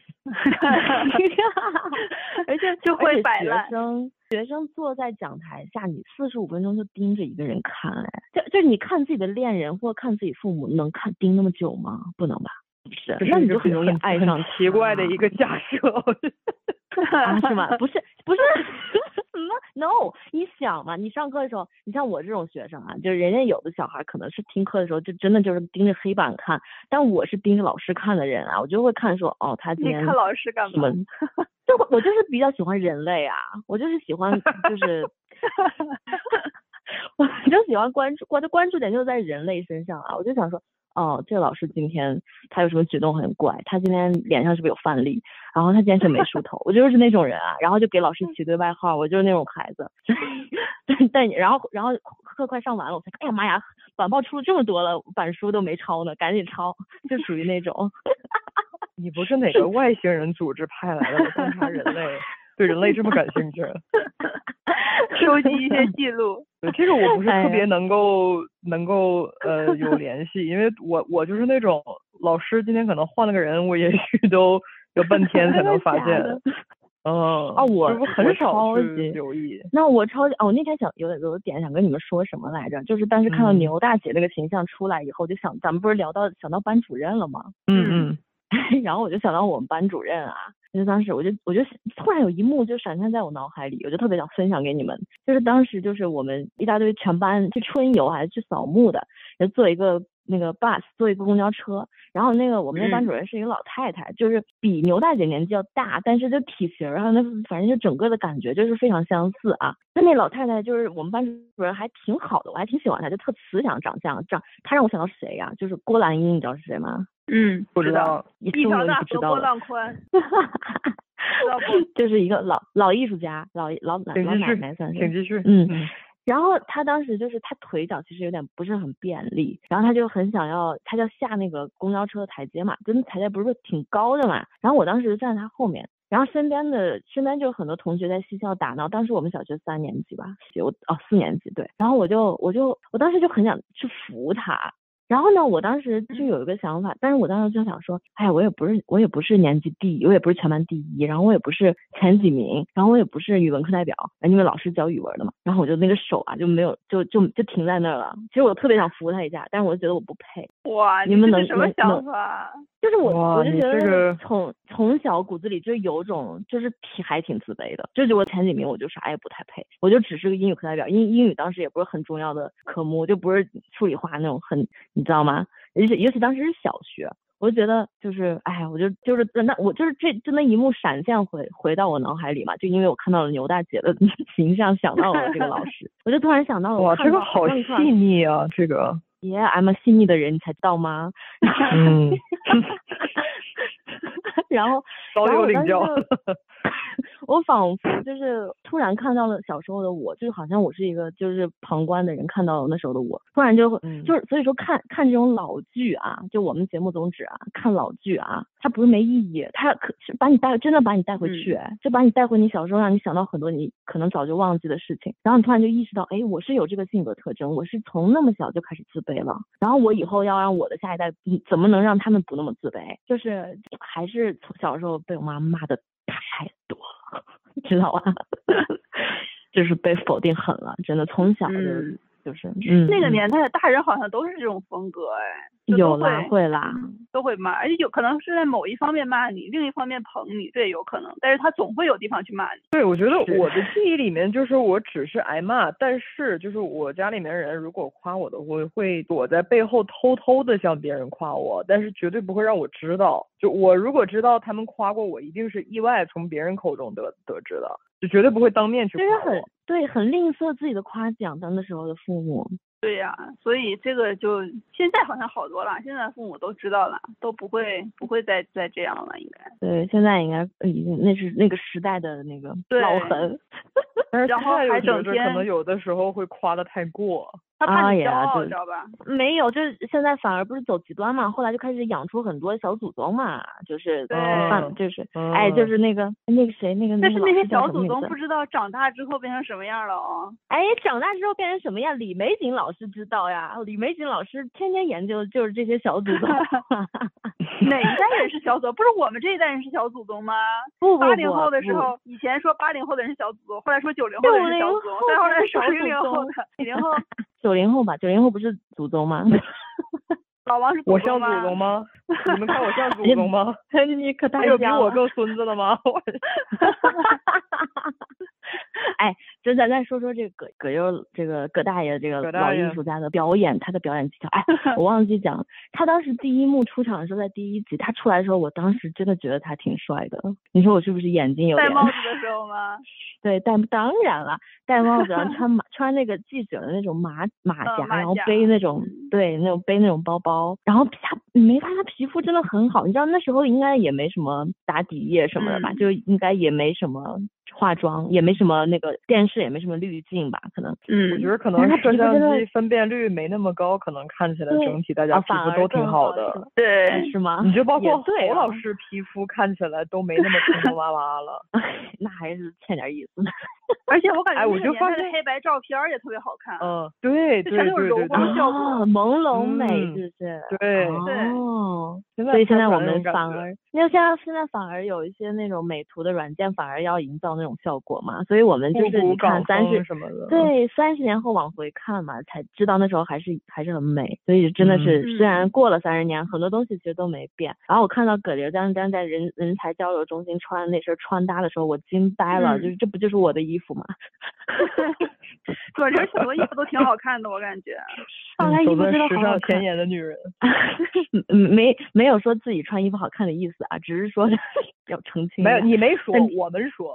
而且就会摆烂。 学生学生坐在讲台下，你四十五分钟就盯着一个人看，哎，就就你看自己的恋人或看自己父母，能看盯那么久吗？不能吧？是，那你就很容易爱上。 奇怪的一个假设。 啊，是吗？不是，不是。什么 ？No， 你想嘛，你上课的时候，你像我这种学生啊，就是人家有的小孩可能是听课的时候就真的就是盯着黑板看，但我是盯着老师看的人啊，我就会看说，哦，他今天你看老师干嘛？ 就我就是比较喜欢人类啊，我就是喜欢就是，我就喜欢关注，我的关注点就在人类身上啊，我就想说。哦，这个老师今天他有什么举动很怪？他今天脸上是不是有饭粒？然后他今天是没梳头，我就是那种人啊。然后就给老师起对外号，我就是那种孩子。但但然后然后课快上完了，我才哎呀妈呀，板报出了这么多了，板书都没抄呢，赶紧抄，就属于那种。 你不是哪个外星人组织派来的观察人类？对人类这么感兴趣？ 收集一些记录。 对，这个我不是特别能够、哎、能够呃有联系，因为我我就是那种老师今天可能换了个人，我也许都要半天才能发现。嗯啊，我很少去留意。 那我超级哦，我那天想有有点想跟你们说什么来着，就是当时看到牛大姐那个形象出来以后，嗯、就想咱们不是聊到想到班主任了吗？ 嗯嗯。 然后我就想到我们班主任啊，就当时我就我就突然有一幕就闪现在我脑海里，我就特别想分享给你们。就是当时就是我们一大堆全班去春游还是去扫墓的，就坐一个那个 bus 坐一个公交车，然后那个我们那班主任是一个老太太，嗯、就是比牛大姐年纪要大，但是就体型然后那反正就整个的感觉就是非常相似啊。那那老太太就是我们班主任还挺好的，我还挺喜欢她，就特慈祥长相，长她让我想到谁呀、啊？就是郭兰英，你知道是谁吗？ 嗯， 不知道， 一条大河波浪宽，知道不？ 就是一个老老艺术家，老老老老奶奶算是。 请继续。 嗯。嗯然后他当时就是他腿脚其实有点不是很便利，然后他就很想要，他就下那个公交车的台阶嘛，就那台阶不是挺高的嘛，然后我当时就站在他后面，然后身边的身边就有很多同学在嬉笑打闹，当时我们小学三年级吧，我哦四年级对，然后我就我就我当时就很想去扶他。然后呢，我当时就有一个想法，但是我当时就想说，哎，我也不是，我也不是年级第一，我也不是全班第一，然后我也不是前几名，然后我也不是语文课代表，因为老师教语文的嘛，然后我就那个手啊就没有，就就就停在那儿了。其实我特别想扶他一下，但是我就觉得我不配。 哇， 你们能什么想法？ 就是我，我就觉得这个从从小骨子里就有种就是挺还挺自卑的，就是我前几名我就啥也不太配，我就只是个英语课代表，英英语当时也不是很重要的科目，就不是数理化那种很，你知道吗？而且尤其当时是小学，我就觉得就是哎，我就就是那我就是这就那一幕闪现回回到我脑海里嘛，就因为我看到了牛大姐的形象，想到了这个老师，我就突然想到了。 哇，这个好细腻啊，这个。 耶、yeah, ，I'm a 细腻的人，你才知道吗？ 嗯。 然后， 早有领教。 我仿佛就是突然看到了小时候的我，就好像我是一个就是旁观的人，看到了那时候的我，突然就会、嗯、就是所以说看看这种老剧啊，就我们节目宗旨啊，看老剧啊，它不是没意义，它可是把你带真的把你带回去、嗯，就把你带回你小时候，让你想到很多你可能早就忘记的事情，然后你突然就意识到，哎，我是有这个性格特征，我是从那么小就开始自卑了，然后我以后要让我的下一代，怎么能让他们不那么自卑？就是还是从小时候被我妈骂的太多了，知道吧？就是被否定狠了，真的从小就、嗯、就是嗯， 那个年代的大人好像都是这种风格，哎， 有啦会啦， 都会骂，而且有可能是在某一方面骂你，另一方面捧你，这也有可能，但是他总会有地方去骂你。 对，我觉得我的记忆里面就是我只是挨骂，但是就是我家里面人如果夸我的，我会躲在背后偷偷的向别人夸我，但是绝对不会让我知道。就我如果知道他们夸过我，一定是意外从别人口中得得知的，就绝对不会当面去夸我。 就是很对，很吝啬自己的夸奖的那时候的父母。 对呀、啊，所以这个就现在好像好多了，现在父母都知道了，都不会不会再再这样了，应该。 对，现在应该已经那是那个时代的那个烙痕。 但是然后还整天可能有的时候会夸得太过。 他怕你骄傲， 啊、知道吧？ 没有，就是现在反而不是走极端嘛，后来就开始养出很多小祖宗嘛，就是对， 就是、 嗯、 哎，就是那个那个谁那个但是那些小祖宗不知道长大之后变成什么样了哦。 哎，长大之后变成什么样？李玫瑾老师知道呀，李玫瑾老师天天研究就是这些小祖宗。 哪一代人是小祖宗？不是我们这一代人是小祖宗吗？ 不不不， 八零后的时候，以前说八零后的人是小祖宗，后来说九零后的人是小祖宗，再后来说零零后的，零零后。 九零后吧，九零后不是祖宗吗？ 老王是祖宗吗？ 我像祖宗吗？你们看我像祖宗吗？ 你可太像了。 还有比我更孙子的吗？ 哎，就咱再说说这个葛葛优这个葛大爷这个老艺术家的表演，他的表演技巧。哎，我忘记讲，他当时第一幕出场的时候，在第一集他出来的时候，我当时真的觉得他挺帅的。你说我是不是眼睛有点？ 戴帽子的时候吗？ 对，戴当然了，戴帽子，然后穿马穿那个记者的那种马马甲， 嗯、马甲然后背那种、嗯、对那种背那种包包，然后他你没发现他皮肤真的很好？你知道那时候应该也没什么打底液什么的吧， 嗯、 就应该也没什么化妆，也没什么那个电视也没什么滤镜吧，可能。 嗯，我觉得可能摄像机分辨率没那么高，可能看起来整体大家皮肤都挺好的。 好对， 是吗？ 你就包括侯对、啊、 老师皮肤看起来都没那么坑坑洼洼了。 那还是欠点意思。 而且我感觉哎，我就发现黑白照片也特别好看。 嗯，对对对对对， 光效果、 哦、朦胧美是不是？ 嗯、对哦，所以现在我们反而，因为现在现在反而有一些那种美图的软件，反而要营造那种效果嘛，所以我们就是你看三十什么的， 对，三十年后往回看嘛，才知道那时候还是还是很美，所以真的是、 嗯、 虽然过了三十年，很多东西其实都没变。然后我看到葛优当当在人人才交流中心穿那身穿搭的时候，我惊呆了， 嗯、 就是这不就是我的衣服吗？ 葛优许多衣服都挺好看的，我感觉。 上来衣服真的好好看。 时尚前沿的女人。 没没有说自己穿衣服好看的意思啊，只是说要澄清。 没有，你没说，我们说。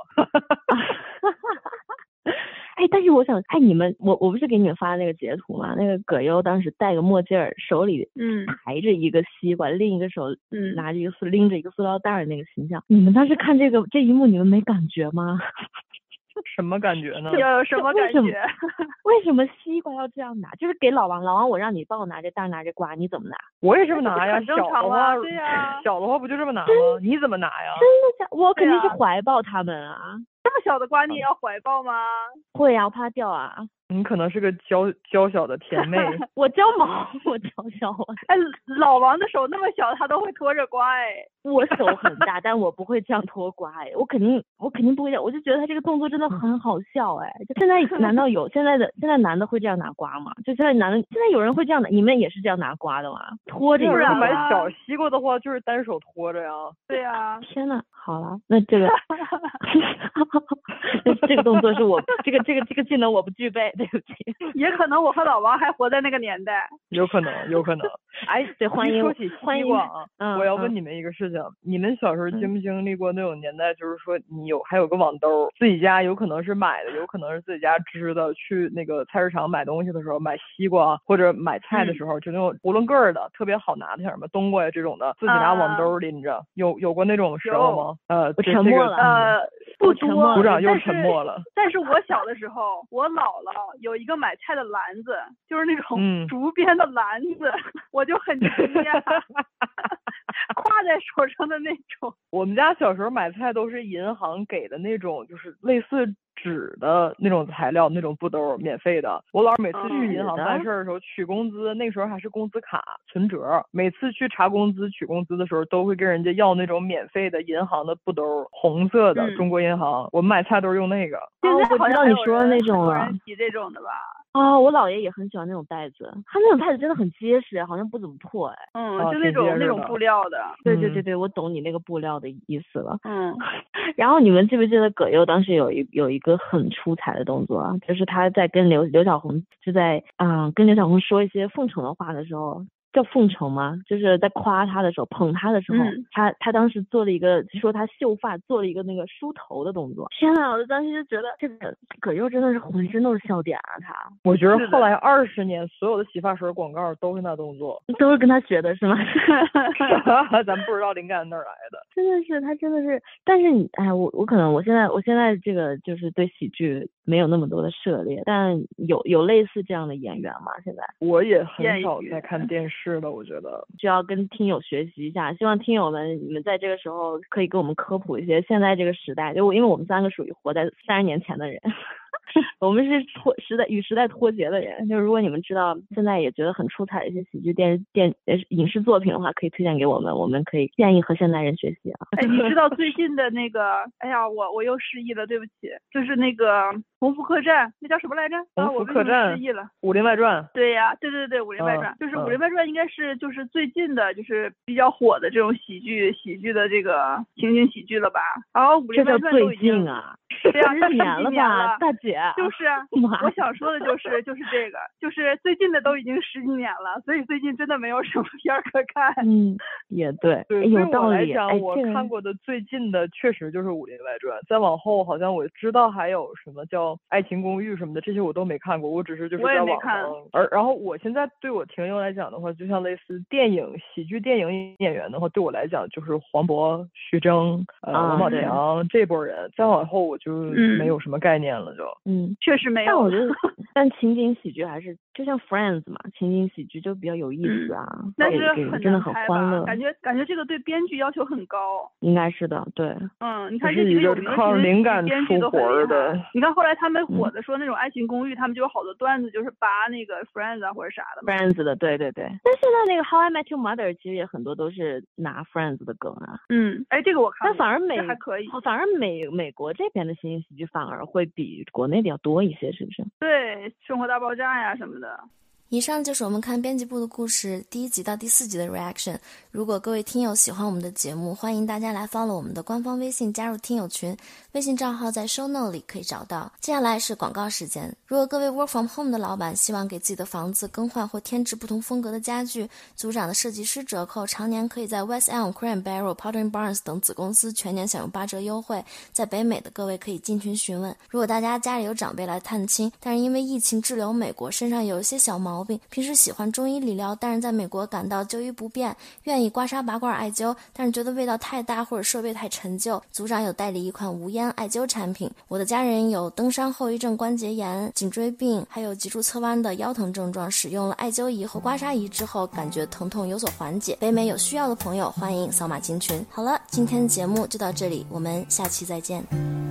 哎，但是我想，哎，你们，我我不是给你们发那个截图吗？那个葛优当时戴个墨镜儿，手里嗯抬着一个西瓜，嗯、另一个手嗯拿着一个塑拎着一个塑料袋的那个形象，你们当时看这个这一幕，你们没感觉吗？ 什么感觉呢？ 有什么感觉？ 为什么西瓜要这样拿？就是给老王，老王我让你帮我拿这袋拿这瓜，你怎么拿？ 我也这么拿呀， 小的话， 对呀， 小的话不就这么拿吗？你怎么拿呀？ 真的假？我肯定是怀抱他们啊。 这么小的瓜你也要怀抱吗？ 会啊，我怕它掉啊。 你可能是个娇娇小的甜妹。 我娇毛，我娇小啊。 哎，老王的手那么小，他都会拖着瓜哎。 我手很大，但我不会这样拖瓜哎，我肯定我肯定不会这样，我就觉得他这个动作真的很好笑哎。就现在难道有现在的现在男的会这样拿瓜吗？就现在男的现在有人会这样拿，你们也是这样拿瓜的吗？拖着。 不然买小西瓜的话，就是单手拖着呀。 对呀、啊。 天呐，好了，那这个这个动作是我这个这个这个技能我不具备，对不起。 也可能我和老王还活在那个年代。 有可能，有可能。哎， 对，欢迎说起西瓜啊， 嗯、 我要问你们一个事情。嗯、你们小时候经不经历过那种年代，就是说你有还有个网兜，自己家有可能是买的，有可能是自己家织的。去那个菜市场买东西的时候，买西瓜或者买菜的时候，嗯、就那种囫囵个儿的，特别好拿的，像什么冬瓜呀这种的，自己拿网兜拎着。啊、有有过那种时候吗？呃， 我沉默了。 这个、 呃，不多。 组长又沉默了。 但是, 但是我小的时候，我姥姥有一个买菜的篮子，就是那种竹编的篮子，嗯、我就很惊讶。挎在手上的那种。 我们家小时候买菜都是银行给的那种，就是类似纸的那种材料，那种布兜，免费的。我姥每次去银行办事的时候，取工资，那个时候还是工资卡存折，每次去查工资取工资的时候，都会跟人家要那种免费的银行的布兜，红色的，嗯、中国银行。我们买菜都是用那个。 哦，我知道你说的那种了。 提这种的吧。 啊、哦，我姥爷也很喜欢那种袋子，他那种袋子真的很结实，好像不怎么破哎。 嗯，就那种、啊、那种布料的。 对对对对，我懂你那个布料的意思了。 嗯。 然后你们记不记得葛优当时有一有一个很出彩的动作啊，就是他在跟刘刘小红就在嗯跟刘小红说一些奉承的话的时候， 叫奉承吗？就是在夸他的时候，捧他的时候，嗯、他他当时做了一个，说他秀发做了一个那个梳头的动作。天啊！我当时就觉得这个葛优真的是浑身都是笑点啊！他， 我觉得后来二十年所有的洗发水广告都是那动作， 都是跟他学的是吗？ 咱不知道灵感哪儿来的。 真的是他真的是，但是你哎，我我可能我现在我现在这个就是对喜剧没有那么多的涉猎，但有有类似这样的演员吗？现在我也很少在看电视了，我觉得需要跟听友学习一下，希望听友们你们在这个时候可以给我们科普一些现在这个时代，就我因为我们三个属于活在三十年前的人。我们是脱时代与时代脱节的人，就是如果你们知道现在也觉得很出彩的一些喜剧电电影视作品的话，可以推荐给我们，我们可以建议和现代人学习啊。 哎，你知道最近的那个，哎呀，我我又失忆了，对不起，就是那个《鸿福客栈》，那叫什么来着？ 鸿福客栈， 我失忆了，《 武林外传》。 对呀，对对对，《武林外传》 嗯、 就是《武林外传》，应该是就是最近的，就是比较火的这种喜剧喜剧的这个情景喜剧了吧？然后《武林外传》都已经啊。 对呀， 十年了吧，大姐。 就是啊，我想说的就是就是这个，就是最近的都已经十几年了，所以最近真的没有什么片儿可看。 嗯，也对， 对， 有道理。 对我来讲，哎、我看过的最近的确实就是《武林外传》，再往后好像我知道还有什么叫《爱情公寓》什么的，这些我都没看过，我只是就是在网上。而然后我现在对我听友来讲的话，就像类似电影喜剧电影演员的话，对我来讲就是黄渤、徐峥、呃王宝强这波人，再往后我就没有什么概念了就， 嗯， 确实没有。 但我觉得，但情景喜剧还是就像 Friends 嘛，情景喜剧就比较有意思啊， 嗯、但是很真的很欢乐， 感觉感觉这个对编剧要求很高。 应该是的，对。 嗯，你看这几个有名的靠灵感编剧都很厉害。 你看后来他们火的说那种爱情公寓，嗯、他们就有好多段子就是扒那个 Friends 啊或者啥的。 Friends 的，对对对。但现在那个 How I Met Your Mother 其实也很多都是拿 Friends 的梗啊。 嗯，哎，这个我看过。 但反而美还可以， 反而美美国这边的情景喜剧反而会比国内的要多一些，是不是？ 对，生活大爆炸呀什么的。 以上就是我们看编辑部的故事第一集到第四集的 reaction。 如果各位听友喜欢我们的节目，欢迎大家来 follow 我们的官方微信，加入听友群，微信账号在 show note 里可以找到。接下来是广告时间。如果各位 work from home 的老板希望给自己的房子更换或添置不同风格的家具，组长的设计师折扣常年可以在 West Elm、Crane Barrel、Potter and Barnes 等子公司全年享用八折优惠，在北美的各位可以进群询问。如果大家家里有长辈来探亲，但是因为疫情滞留美国，身上有一些小毛病，平时喜欢中医理疗，但是在美国感到就医不便，愿意刮痧拔罐艾灸，但是觉得味道太大或者设备太陈旧，组长有代理一款无烟艾灸产品。我的家人有登山后遗症、关节炎、颈椎病，还有脊柱侧弯的腰疼症状，使用了艾灸仪和刮痧仪之后，感觉疼痛有所缓解。北美有需要的朋友欢迎扫码进群。好了，今天的节目就到这里，我们下期再见。